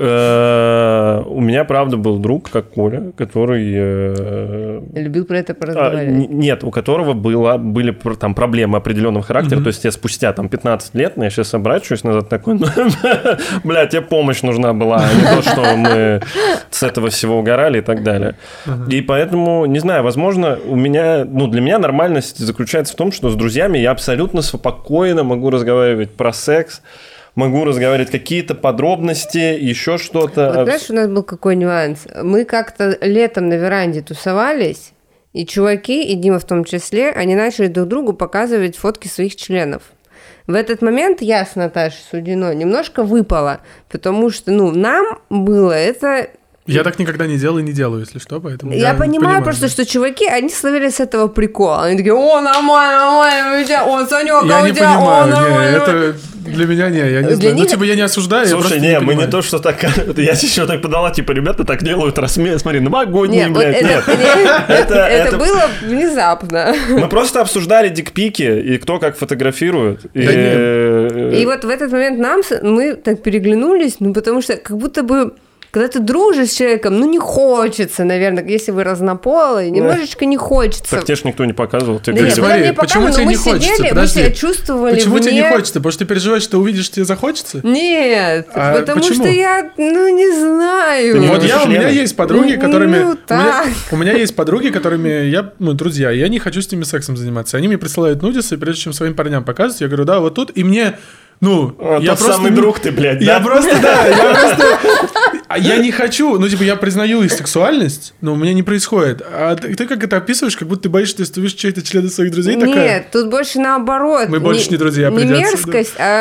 э, у меня, правда, был друг, как Коля, который... э, Любил про это а, поразговаривать. н- Нет, у которого было, были пр- там проблемы определенного характера, Мгм. то есть я спустя там пятнадцать лет, ну, я сейчас оборачиваюсь назад такой, ну, бля, тебе помощь нужна была, а не то, что мы с этого всего угорали и так далее. И поэтому, не знаю, возможно, у меня, ну, для меня нормальность заключается в том, что с друзьями я абсолютно спокойно могу разговаривать про секс, могу разговаривать какие-то подробности, еще что-то. Вот знаешь, у нас был какой нюанс? Мы как-то летом на веранде тусовались, и чуваки, и Дима в том числе, они начали друг другу показывать фотки своих членов. В этот момент я с Наташей Судиной немножко выпала, потому что, ну, нам было это... Я так никогда не делал и не делаю, если что, поэтому Я, я понимаю просто, да. что чуваки, они словили с этого прикол. Они такие, о, нормально, нормально, у тебя, о, Санёк, Я а у не тебя, о, понимаю, не, нормально. это для меня не, я не Для знаю. Ну, них- типа, я не осуждаю, я Слушай, просто не, не мы понимаю. не то, что так... Я еще так подала, типа, ребята так делают, раз мне- смотри, новогодние, Нет, вот блядь, это, нет. это, Это- это это- было внезапно. Мы просто обсуждали дикпики и кто как фотографирует. И, Да э, И вот в этот момент нам, с- мы так переглянулись, ну, потому что как будто бы, когда ты дружишь с человеком, ну, не хочется, наверное, если вы разнополые, немножечко не хочется. Так тебе ж никто не показывал. Тебе Да нет, говорили, мы Смотри, не почему показывали, тебе но не мы хочется? сидели, мы Подожди. себя чувствовали Почему тебе не вне- хочется? Потому что ты переживаешь, что увидишь, тебе захочется? Нет, А потому почему? что я, ну, не знаю. Ты не Вот любишь я, у меня члены? есть подруги, Ну, которыми... ну, у, меня, так. у меня есть подруги, которыми я, ну, друзья, и я не хочу с ними сексом заниматься. Они мне присылают нудисы, и прежде чем своим парням показывать, я говорю, да, вот тут, и мне, ну, А, я тот просто... самый не- друг ты, блядь, Я да? просто, да, я просто... А я не хочу, ну, типа, я признаю их сексуальность, но у меня не происходит. А ты, ты как это описываешь, как будто ты боишься, если ты увидишь чей-то член своих друзей, Нет, такая... тут больше наоборот. Мы больше не друзья, Не придётся, мерзкость, а...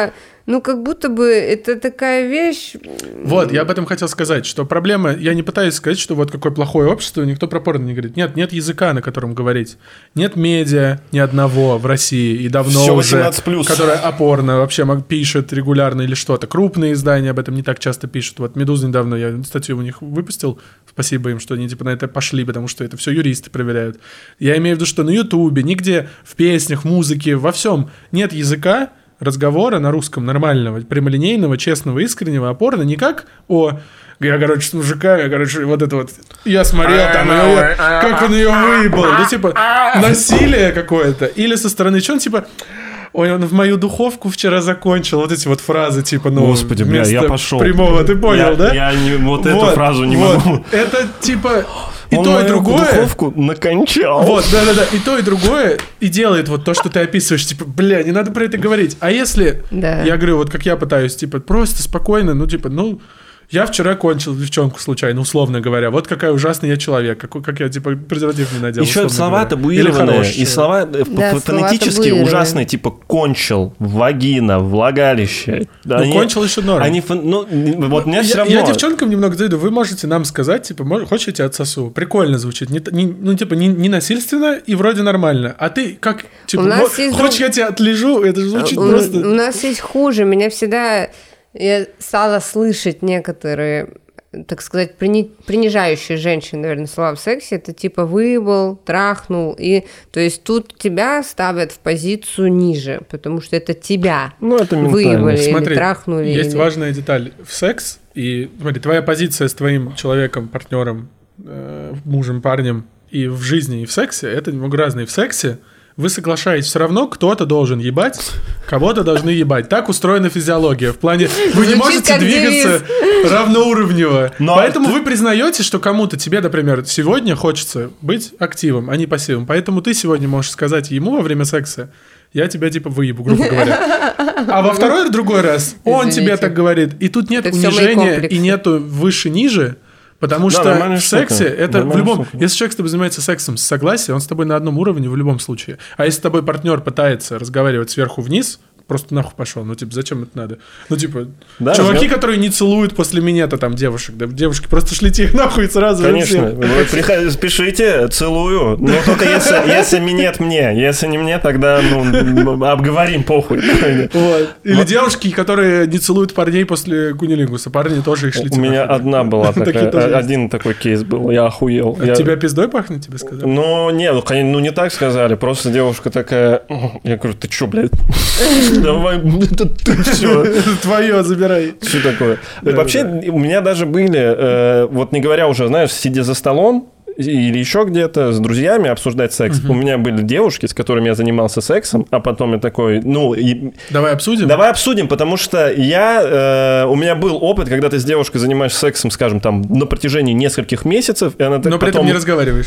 ну, как будто бы это такая вещь... Вот, я об этом хотел сказать, что проблема... Я не пытаюсь сказать, что вот какое плохое общество, никто про порно не говорит. Нет, нет языка, на котором говорить. Нет медиа ни одного в России, и давно Всё уже, восемнадцать плюс. которое опорно вообще пишет регулярно или что-то. Крупные издания об этом не так часто пишут. Вот «Медуза» недавно, я статью у них выпустил, спасибо им, что они типа на это пошли, потому что это все юристы проверяют. Я имею в виду, что на Ютубе, нигде в песнях, в музыке, во всем нет языка, разговора на русском нормального, прямолинейного, честного, искреннего, опорно, не как о... Я, короче, с мужиками, короче, вот это вот... Я смотрел там, ее, как он ее выебал. Ну, типа, насилие какое-то. Или со стороны, что он, типа... Ой, он в мою духовку вчера закончил. Вот эти вот фразы, типа, ну... Господи, бля, я пошел. Прямого, ты понял, я, да? Я не, вот, вот эту фразу не вот. могу. Это, типа... И он то, и другое... духовку накончал. Вот, да-да-да. И то, и другое и делает вот то, что ты описываешь. Типа, бля, не надо про это говорить. А если... Да. Я говорю, вот как я пытаюсь, типа, просто спокойно, ну, типа, ну... Я вчера кончил девчонку случайно, условно говоря. Вот какая ужасный я человек. Как, как я, типа, презерватив не надел. Еще слова табуированные. И слова да, фонетически ужасные. Типа кончил, вагина, влагалище. Ну, они, кончил еще норм. Они, ну, вот мне все я, равно... Я девчонкам немного даю, вы можете нам сказать, типа, хочешь, я тебя отсосу? Прикольно звучит. Не, не, ну, типа, не, не насильственно и вроде нормально. А ты как, типа, мо- хочешь, друг... я тебя отлежу? Это же звучит у, просто... У нас есть хуже. Меня всегда... Я стала слышать некоторые, так сказать, прини... принижающие женщин, наверное, слова в сексе. Это типа выебал, трахнул. И, то есть тут тебя ставят в позицию ниже, потому что это тебя ну, это выебали Смотри, или трахнули. Есть или... важная деталь в секс. И смотри, твоя позиция с твоим человеком, партнером, э, мужем, парнем и в жизни, и в сексе, это немного разные. В сексе вы соглашаетесь, все равно кто-то должен ебать, кого-то должны ебать. Так устроена физиология. В плане, вы не можете двигаться равноуровнево. Но Поэтому ты... вы признаете, что кому-то, тебе, например, сегодня хочется быть активом, а не пассивом. Поэтому ты сегодня можешь сказать ему во время секса: я тебя типа выебу, грубо говоря. А во второй или другой раз он Извините. тебе так говорит. И тут нет это унижения и нету выше-ниже. Потому да, что в сексе штука. это нормальная в любом... Штука. Если человек с тобой занимается сексом с согласия, он с тобой на одном уровне в любом случае. А если с тобой партнер пытается разговаривать сверху вниз, просто нахуй пошел. Ну, типа, зачем это надо? Ну, типа, да, чуваки, да. которые не целуют после минета там девушек, да, девушки, просто шлите их нахуй сразу. Конечно. Вы приходите, пишите, целую. Но только если, если минет мне. Если не мне, тогда, ну, обговорим, похуй. Вот. Или вот. девушки, которые не целуют парней после кунилингуса. Парни тоже их шлите. У меня одна была такая, один такой кейс был, я охуел. От тебя пиздой пахнет, тебе сказали? Ну, нет, ну не так сказали. Просто девушка такая, я говорю, ты чё, блядь? Давай, это ты все. Твое, забирай. Что такое? Да, Вообще, да. у меня даже были, э, вот не говоря уже, знаешь, сидя за столом или еще где-то с друзьями обсуждать секс. Uh-huh. У меня были девушки, с которыми я занимался сексом, а потом я такой, ну... И... Давай обсудим? Давай обсудим, потому что я... Э, у меня был опыт, когда ты с девушкой занимаешься сексом, скажем, там, на протяжении нескольких месяцев, и она так Но потом... при этом не разговариваешь.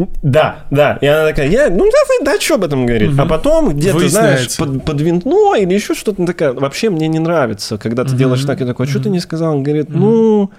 Да, да. И она такая, я, ну да, да, что об этом говорить? Угу. А потом где-то, знаешь, под, под винтно или еще что-то такое. Вообще мне не нравится, когда ты угу. делаешь так, и такой, что угу. ты не сказал? Он говорит, ну...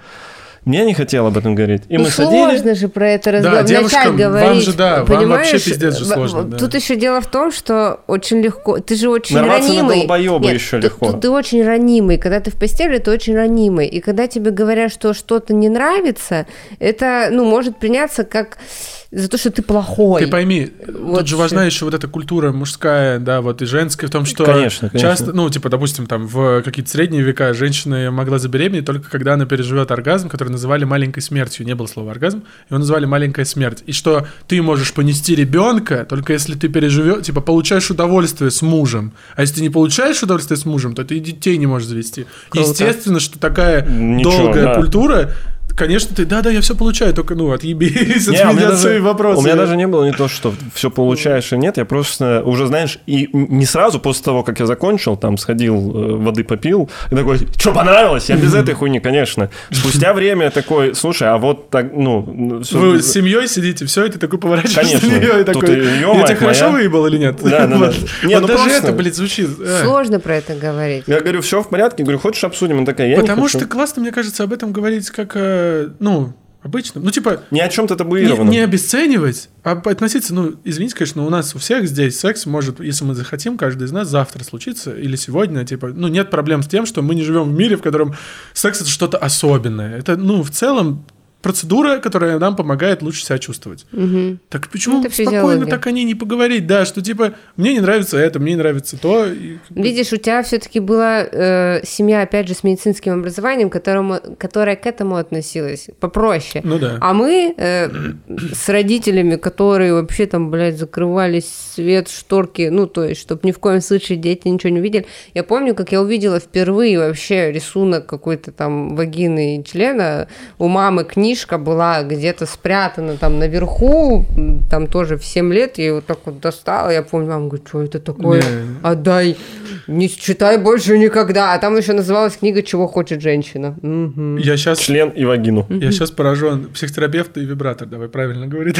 Я не хотел об этом говорить. И ну, мы сложно садились. же про это разговаривать. Да, девушкам, вам же, да, вам вообще пиздец же сложно. Да. Тут еще дело в том, что очень легко... Ты же очень Нарваться ранимый. на долбоёба еще Нет, легко. Ты, ты очень ранимый. Когда ты в постели, ты очень ранимый. И когда тебе говорят, что что-то не нравится, это, ну, может приняться как... за то, что ты плохой. Ты пойми, вот тут же важна еще вот эта культура мужская, да, вот и женская, в том, что конечно, конечно. часто, ну, типа, допустим, там, в какие-то средние века женщина могла забеременеть только когда она переживет оргазм, который называли маленькой смертью. Не было слова оргазм, его называли маленькая смерть. И что ты можешь понести ребенка, только если ты переживешь, типа, получаешь удовольствие с мужем. А если ты не получаешь удовольствие с мужем, то ты и детей не можешь завести. Круто. Естественно, что такая Ничего, долгая да. культура. Конечно, ты, да-да, я все получаю, только, ну, отъебись от не, меня свои вопросы. У меня даже не было не то, что все получаешь и нет, я просто уже, знаешь, и не сразу после того, как я закончил, там, сходил, воды попил, и такой, что, понравилось? Я без этой хуйни, конечно. Спустя время такой, слушай, а вот так, ну... Все... Вы с семьей сидите, все, и ты такой поворачиваешься конечно. на нее и такой, и, я тебя хорошо моя... выебал или нет? Да, да, вот. да. Не, вот ну даже просто... это, блядь, звучит. Сложно про это говорить. Я говорю, все в порядке, говорю, хочешь обсудим? Он такая, я Потому не хочу. что классно, мне кажется, об этом говорить как, ну... обычном. Ну, типа... Не о чем-то табуированном. Не, не обесценивать, а относиться... Ну, извините, конечно, у нас у всех здесь секс может, если мы захотим, каждый из нас завтра случится или сегодня. Типа, ну, нет проблем с тем, что мы не живем в мире, в котором секс — это что-то особенное. Это, ну, в целом... процедура, которая нам помогает лучше себя чувствовать. Угу. Так почему спокойно так о ней не поговорить? Да, что типа мне не нравится это, мне не нравится то. И... Видишь, у тебя все-таки была э, семья, опять же, с медицинским образованием, которому, которая к этому относилась попроще. Ну да. А мы э, с родителями, которые вообще там, блядь, закрывались свет, шторки, ну, то есть, чтобы ни в коем случае дети ничего не увидели. Я помню, как я увидела впервые вообще рисунок какой-то там вагины и члена у мамы, книги. Книжка была где-то спрятана там наверху, там тоже в семь лет, я ее вот так вот достала, я помню, мама говорит, что это такое, не. Отдай, не читай больше никогда, а там еще называлась книга «Чего хочет женщина». Угу. Я сейчас... Член и вагину. Я сейчас поражен, психотерапевт и вибратор, давай правильно говорить.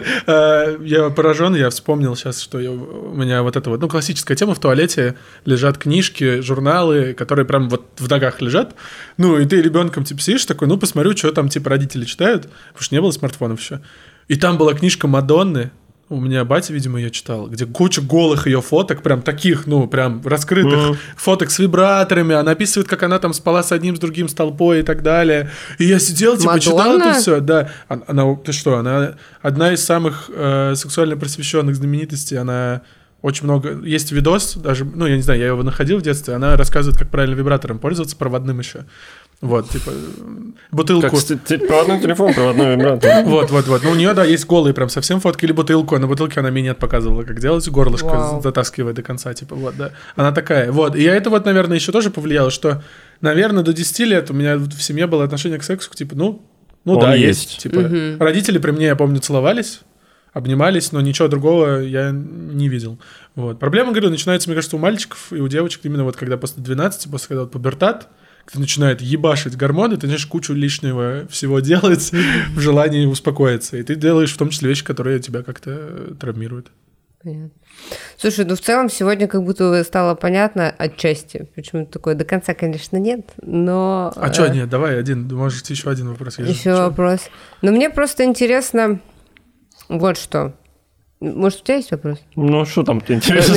Я поражен, я вспомнил сейчас, что у меня вот эта вот, ну, классическая тема, в туалете лежат книжки, журналы, которые прям вот в ногах лежат, ну, и ты ребенком типа сидишь такой, ну, посмотрю, что там типа родители читают, потому что не было смартфонов еще. И там была книжка Мадонны, у меня батя, видимо, ее читал, где куча голых ее фоток, прям таких, ну, прям раскрытых mm. фоток с вибраторами, она описывает, как она там спала с одним, с другим, с толпой и так далее. И я сидел, типа, Мадонна? Читал это все, да. Она, она, ты что, она одна из самых э, сексуально просвещенных знаменитостей, она... Очень много... Есть видос, даже, ну, я не знаю, я его находил в детстве, она рассказывает, как правильно вибратором пользоваться, проводным еще. Вот, типа, бутылку... Как проводной телефон, проводной вибратор. Вот, вот, вот. Ну, у нее, да, есть голые прям совсем фотки или бутылку, а на бутылке она минет показывала, как делать, горлышко wow. затаскивая до конца, типа, вот, да. Она такая, вот. И это вот, наверное, еще тоже повлияло, что, наверное, до десяти лет у меня в семье было отношение к сексу, типа, ну, ну да, есть. есть. Типа, угу. Родители при мне, я помню, целовались, обнимались, но ничего другого я не видел. Вот. Проблема, говорю, начинается, мне кажется, у мальчиков и у девочек именно вот когда после двенадцати, после когда вот пубертат, когда начинает ебашить гормоны, ты начинаешь кучу лишнего всего делать в желании успокоиться. И ты делаешь в том числе вещи, которые тебя как-то травмируют. Понятно. Слушай, ну в целом сегодня как будто стало понятно отчасти. Почему-то такое до конца, конечно, нет, но... А э... что нет? Давай один, может, еще один вопрос. Еще вопрос. Но мне просто интересно... Вот что. Может, у тебя есть вопрос? Ну, что там тебе интересно?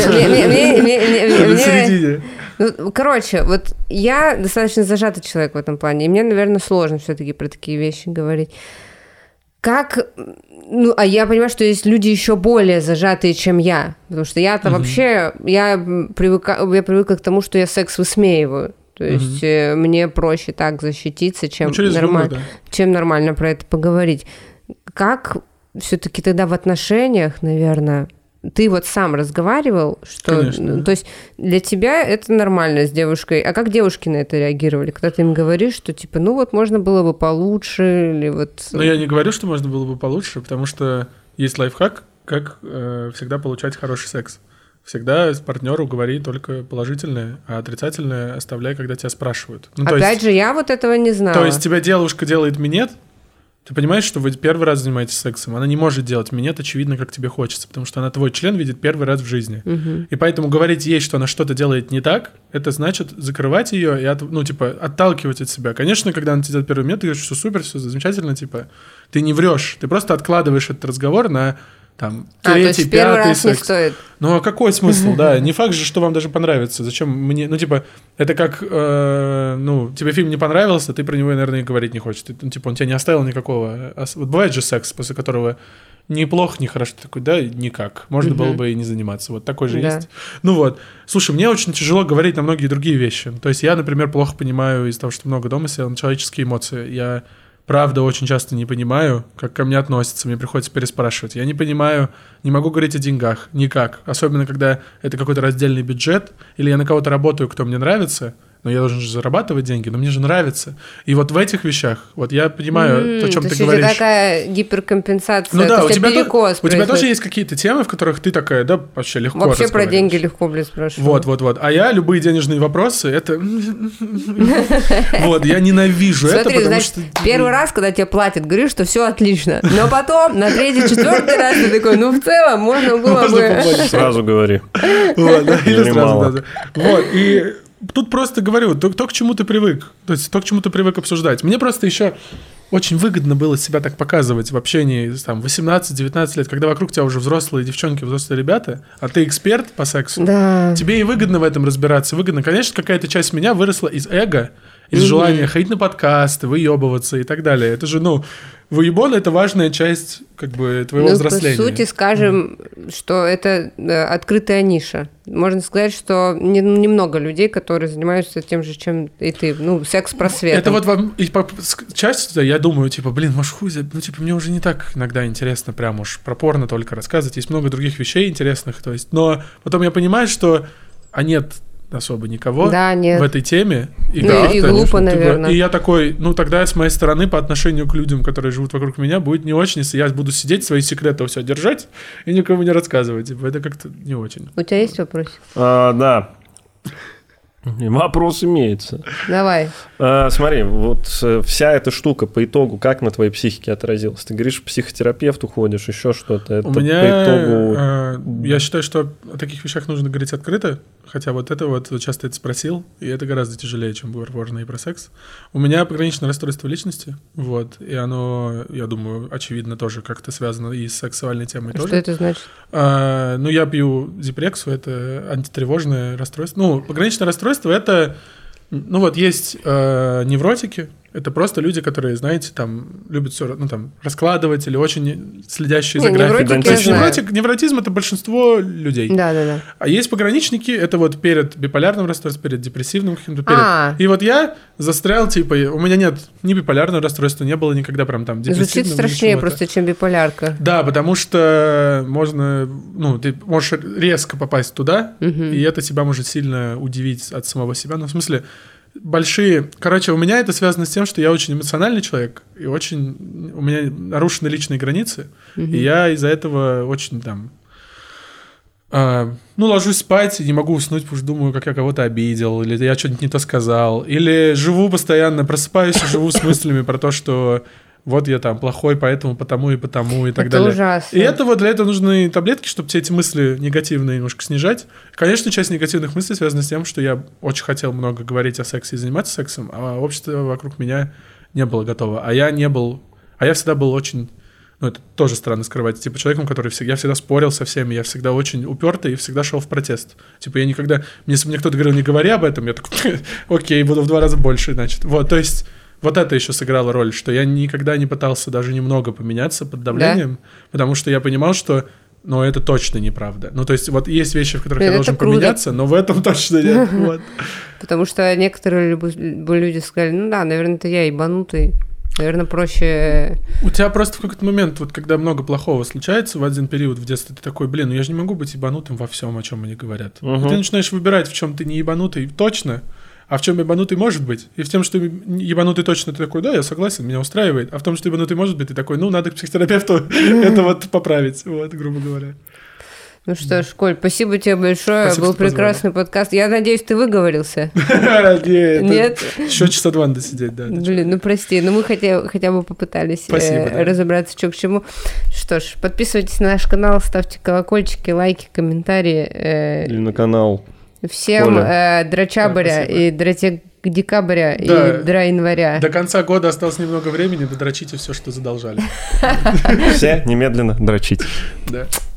Короче, вот я достаточно зажатый человек в этом плане, и мне, наверное, сложно все-таки про такие вещи говорить. Как... Ну, а я понимаю, что есть люди еще более зажатые, чем я, потому что я-то mm-hmm. вообще... Я, привыка, я привыкла к тому, что я секс высмеиваю. То есть mm-hmm. мне проще так защититься, чем, ну, нормаль... юмор, да. чем нормально про это поговорить. Как... Все-таки тогда в отношениях, наверное, ты вот сам разговаривал, что, Конечно. То есть для тебя это нормально с девушкой, а как девушки на это реагировали, когда ты им говоришь, что типа, ну вот можно было бы получше, или вот. Ну я не говорю, что можно было бы получше, потому что есть лайфхак, как э, всегда получать хороший секс. Всегда партнеру говори только положительное, а отрицательное оставляй, когда тебя спрашивают. Ну, Опять есть, же, я вот этого не знала. То есть тебя девушка делает минет. Ты понимаешь, что вы первый раз занимаетесь сексом, она не может делать минет, очевидно, как тебе хочется, потому что она твой член видит первый раз в жизни. Угу. И поэтому говорить ей, что она что-то делает не так, это значит закрывать ее и, от, ну, типа, отталкивать от себя. Конечно, когда она тебе делает первый минет, ты говоришь, что супер, все замечательно, типа, ты не врешь, ты просто откладываешь этот разговор на... Там, а, третий, то есть первый пятый раз секс. Не стоит. Ну, а какой смысл, да? Не факт же, что вам даже понравится. Зачем мне... Ну, типа, это как... Э, ну, тебе фильм не понравился, ты про него, наверное, и говорить не хочешь. Ты, ну, типа, он тебя не оставил никакого... Вот бывает же секс, после которого неплохо, не хорошо. Ты такой, да, никак. Можно угу. было бы и не заниматься. Вот такой же да. есть. Ну, вот. Слушай, мне очень тяжело говорить на многие другие вещи. То есть я, например, плохо понимаю из-за того, что много дома сидел, человеческие эмоции. Я... Правда, очень часто не понимаю, как ко мне относятся, мне приходится переспрашивать. Я не понимаю, не могу говорить о деньгах, никак. Особенно, когда это какой-то раздельный бюджет, или я на кого-то работаю, кто мне нравится, но я должен же зарабатывать деньги, но мне же нравится. И вот в этих вещах, вот я понимаю, mm, о чем ты говоришь. Это такая гиперкомпенсация, ну, да, то у есть тебя перекос то, У тебя тоже есть какие-то темы, в которых ты такая, да, вообще легко Вообще про деньги легко, блин, спрашиваю. Вот, вот, вот. А я любые денежные вопросы, это... Вот, я ненавижу это, потому что... Первый раз, когда тебе платят, говоришь, что все отлично. Но потом, на третий, четвертый раз ты такой, ну, в целом, можно было бы... Сразу говори. Вот, или сразу. Вот, и... Тут просто говорю, то, то, к чему ты привык. То есть то, к чему ты привык обсуждать. Мне просто еще очень выгодно было себя так показывать в общении там восемнадцать-девятнадцать лет, когда вокруг тебя уже взрослые девчонки, взрослые ребята, а ты эксперт по сексу. Да. Тебе и выгодно в этом разбираться. Выгодно. Конечно, какая-то часть меня выросла из эго, из mm-hmm. желания ходить на подкасты, выебываться и так далее. Это же, ну, выебон — это важная часть, как бы, твоего ну, взросления. По сути, скажем, mm-hmm. что это да, открытая ниша. Можно сказать, что немного не людей, которые занимаются тем же, чем и ты. Ну, секс-просветом. Это вот вам... И по, часть, я думаю, типа, блин, может, хуй... Ну, типа, мне уже не так иногда интересно прям уж про порно только рассказывать. Есть много других вещей интересных, то есть... Но потом я понимаю, что... А нет... особо никого да, в этой теме. И, да, и глупо, типа, наверное. И я такой, ну тогда с моей стороны по отношению к людям, которые живут вокруг меня, будет не очень, если я буду сидеть, свои секреты все держать и никому не рассказывать. Типа, это как-то не очень. У тебя есть вопрос? А, да. Вопрос имеется. Давай. А, смотри, вот вся эта штука по итогу как на твоей психике отразилась? Ты говоришь, к психотерапевту ходишь, еще что-то. Это У меня, по итогу... э, я считаю, что о таких вещах нужно говорить открыто, хотя вот это вот часто это спросил, и это гораздо тяжелее, чем можно и про секс. У меня пограничное расстройство личности, вот, и оно, я думаю, очевидно тоже как-то связано и с сексуальной темой а тоже. Что это значит? А, ну, я пью Зипрексу, это антитревожное расстройство. Ну, пограничное расстройство — это, ну вот, есть э, невротики, это просто люди, которые, знаете, там, любят все, ну, там, раскладывать или очень следящие за графиком. То есть невротик, невротизм — это большинство людей. Да-да-да. А есть пограничники, это вот перед биполярным расстройством, перед депрессивным каким-то, перед... А. И вот я застрял, типа, у меня нет ни биполярного расстройства, не было никогда прям там депрессивного. Звучит страшнее просто, чем биполярка. Да, потому что можно, ну, ты можешь резко попасть туда, угу. и это тебя может сильно удивить от самого себя. Ну, в смысле, большие... Короче, у меня это связано с тем, что я очень эмоциональный человек, и очень... У меня нарушены личные границы, угу. и я из-за этого очень там... А, ну, ложусь спать и не могу уснуть, потому что думаю, как я кого-то обидел, или я что-нибудь не то сказал, или живу постоянно, просыпаюсь и живу с мыслями про то, что... Вот я там плохой, поэтому, потому и потому, и так это далее. Ужасно. И это вот для этого нужны таблетки, чтобы все эти мысли негативные немножко снижать. Конечно, часть негативных мыслей связана с тем, что я очень хотел много говорить о сексе и заниматься сексом, а общество вокруг меня не было готово. А я не был... А я всегда был очень... Ну, это тоже странно скрывать. Типа человеком, который всегда... Я всегда спорил со всеми, я всегда очень упертый и всегда шел в протест. Типа я никогда... Если мне кто-то говорил, не говори об этом, я такой, окей, буду в два раза больше, значит. Вот, то есть... Вот это еще сыграло роль, что я никогда не пытался даже немного поменяться под давлением, да? Потому что я понимал, что, ну, это точно неправда. Ну, то есть вот есть вещи, в которых это я должен круто. поменяться, но в этом точно нет. Вот. Потому что некоторые люди сказали, ну да, наверное, это я ебанутый, наверное, проще... У тебя просто в какой-то момент, вот когда много плохого случается, в один период в детстве ты такой, блин, ну я же не могу быть ебанутым во всем, о чем мне говорят. Угу. И ты начинаешь выбирать, в чем ты не ебанутый точно, а в чем ебанутый может быть? И в том, что ебанутый точно, ты такой, да, я согласен, меня устраивает. А в том, что ебанутый может быть, ты такой, ну, надо к психотерапевту это вот поправить, вот, грубо говоря. Ну что ж, Коль, спасибо тебе большое, был прекрасный подкаст. Я надеюсь, ты выговорился. Нет? Еще часа два надо сидеть, да. Блин, ну прости, но мы хотя бы попытались разобраться, что к чему. Что ж, подписывайтесь на наш канал, ставьте колокольчики, лайки, комментарии. Или на канал. Всем э, дрочабря да, и дротек декабря да. и дра января. До конца года осталось немного времени, додрочите все, что задолжали. Все немедленно дрочите. Да.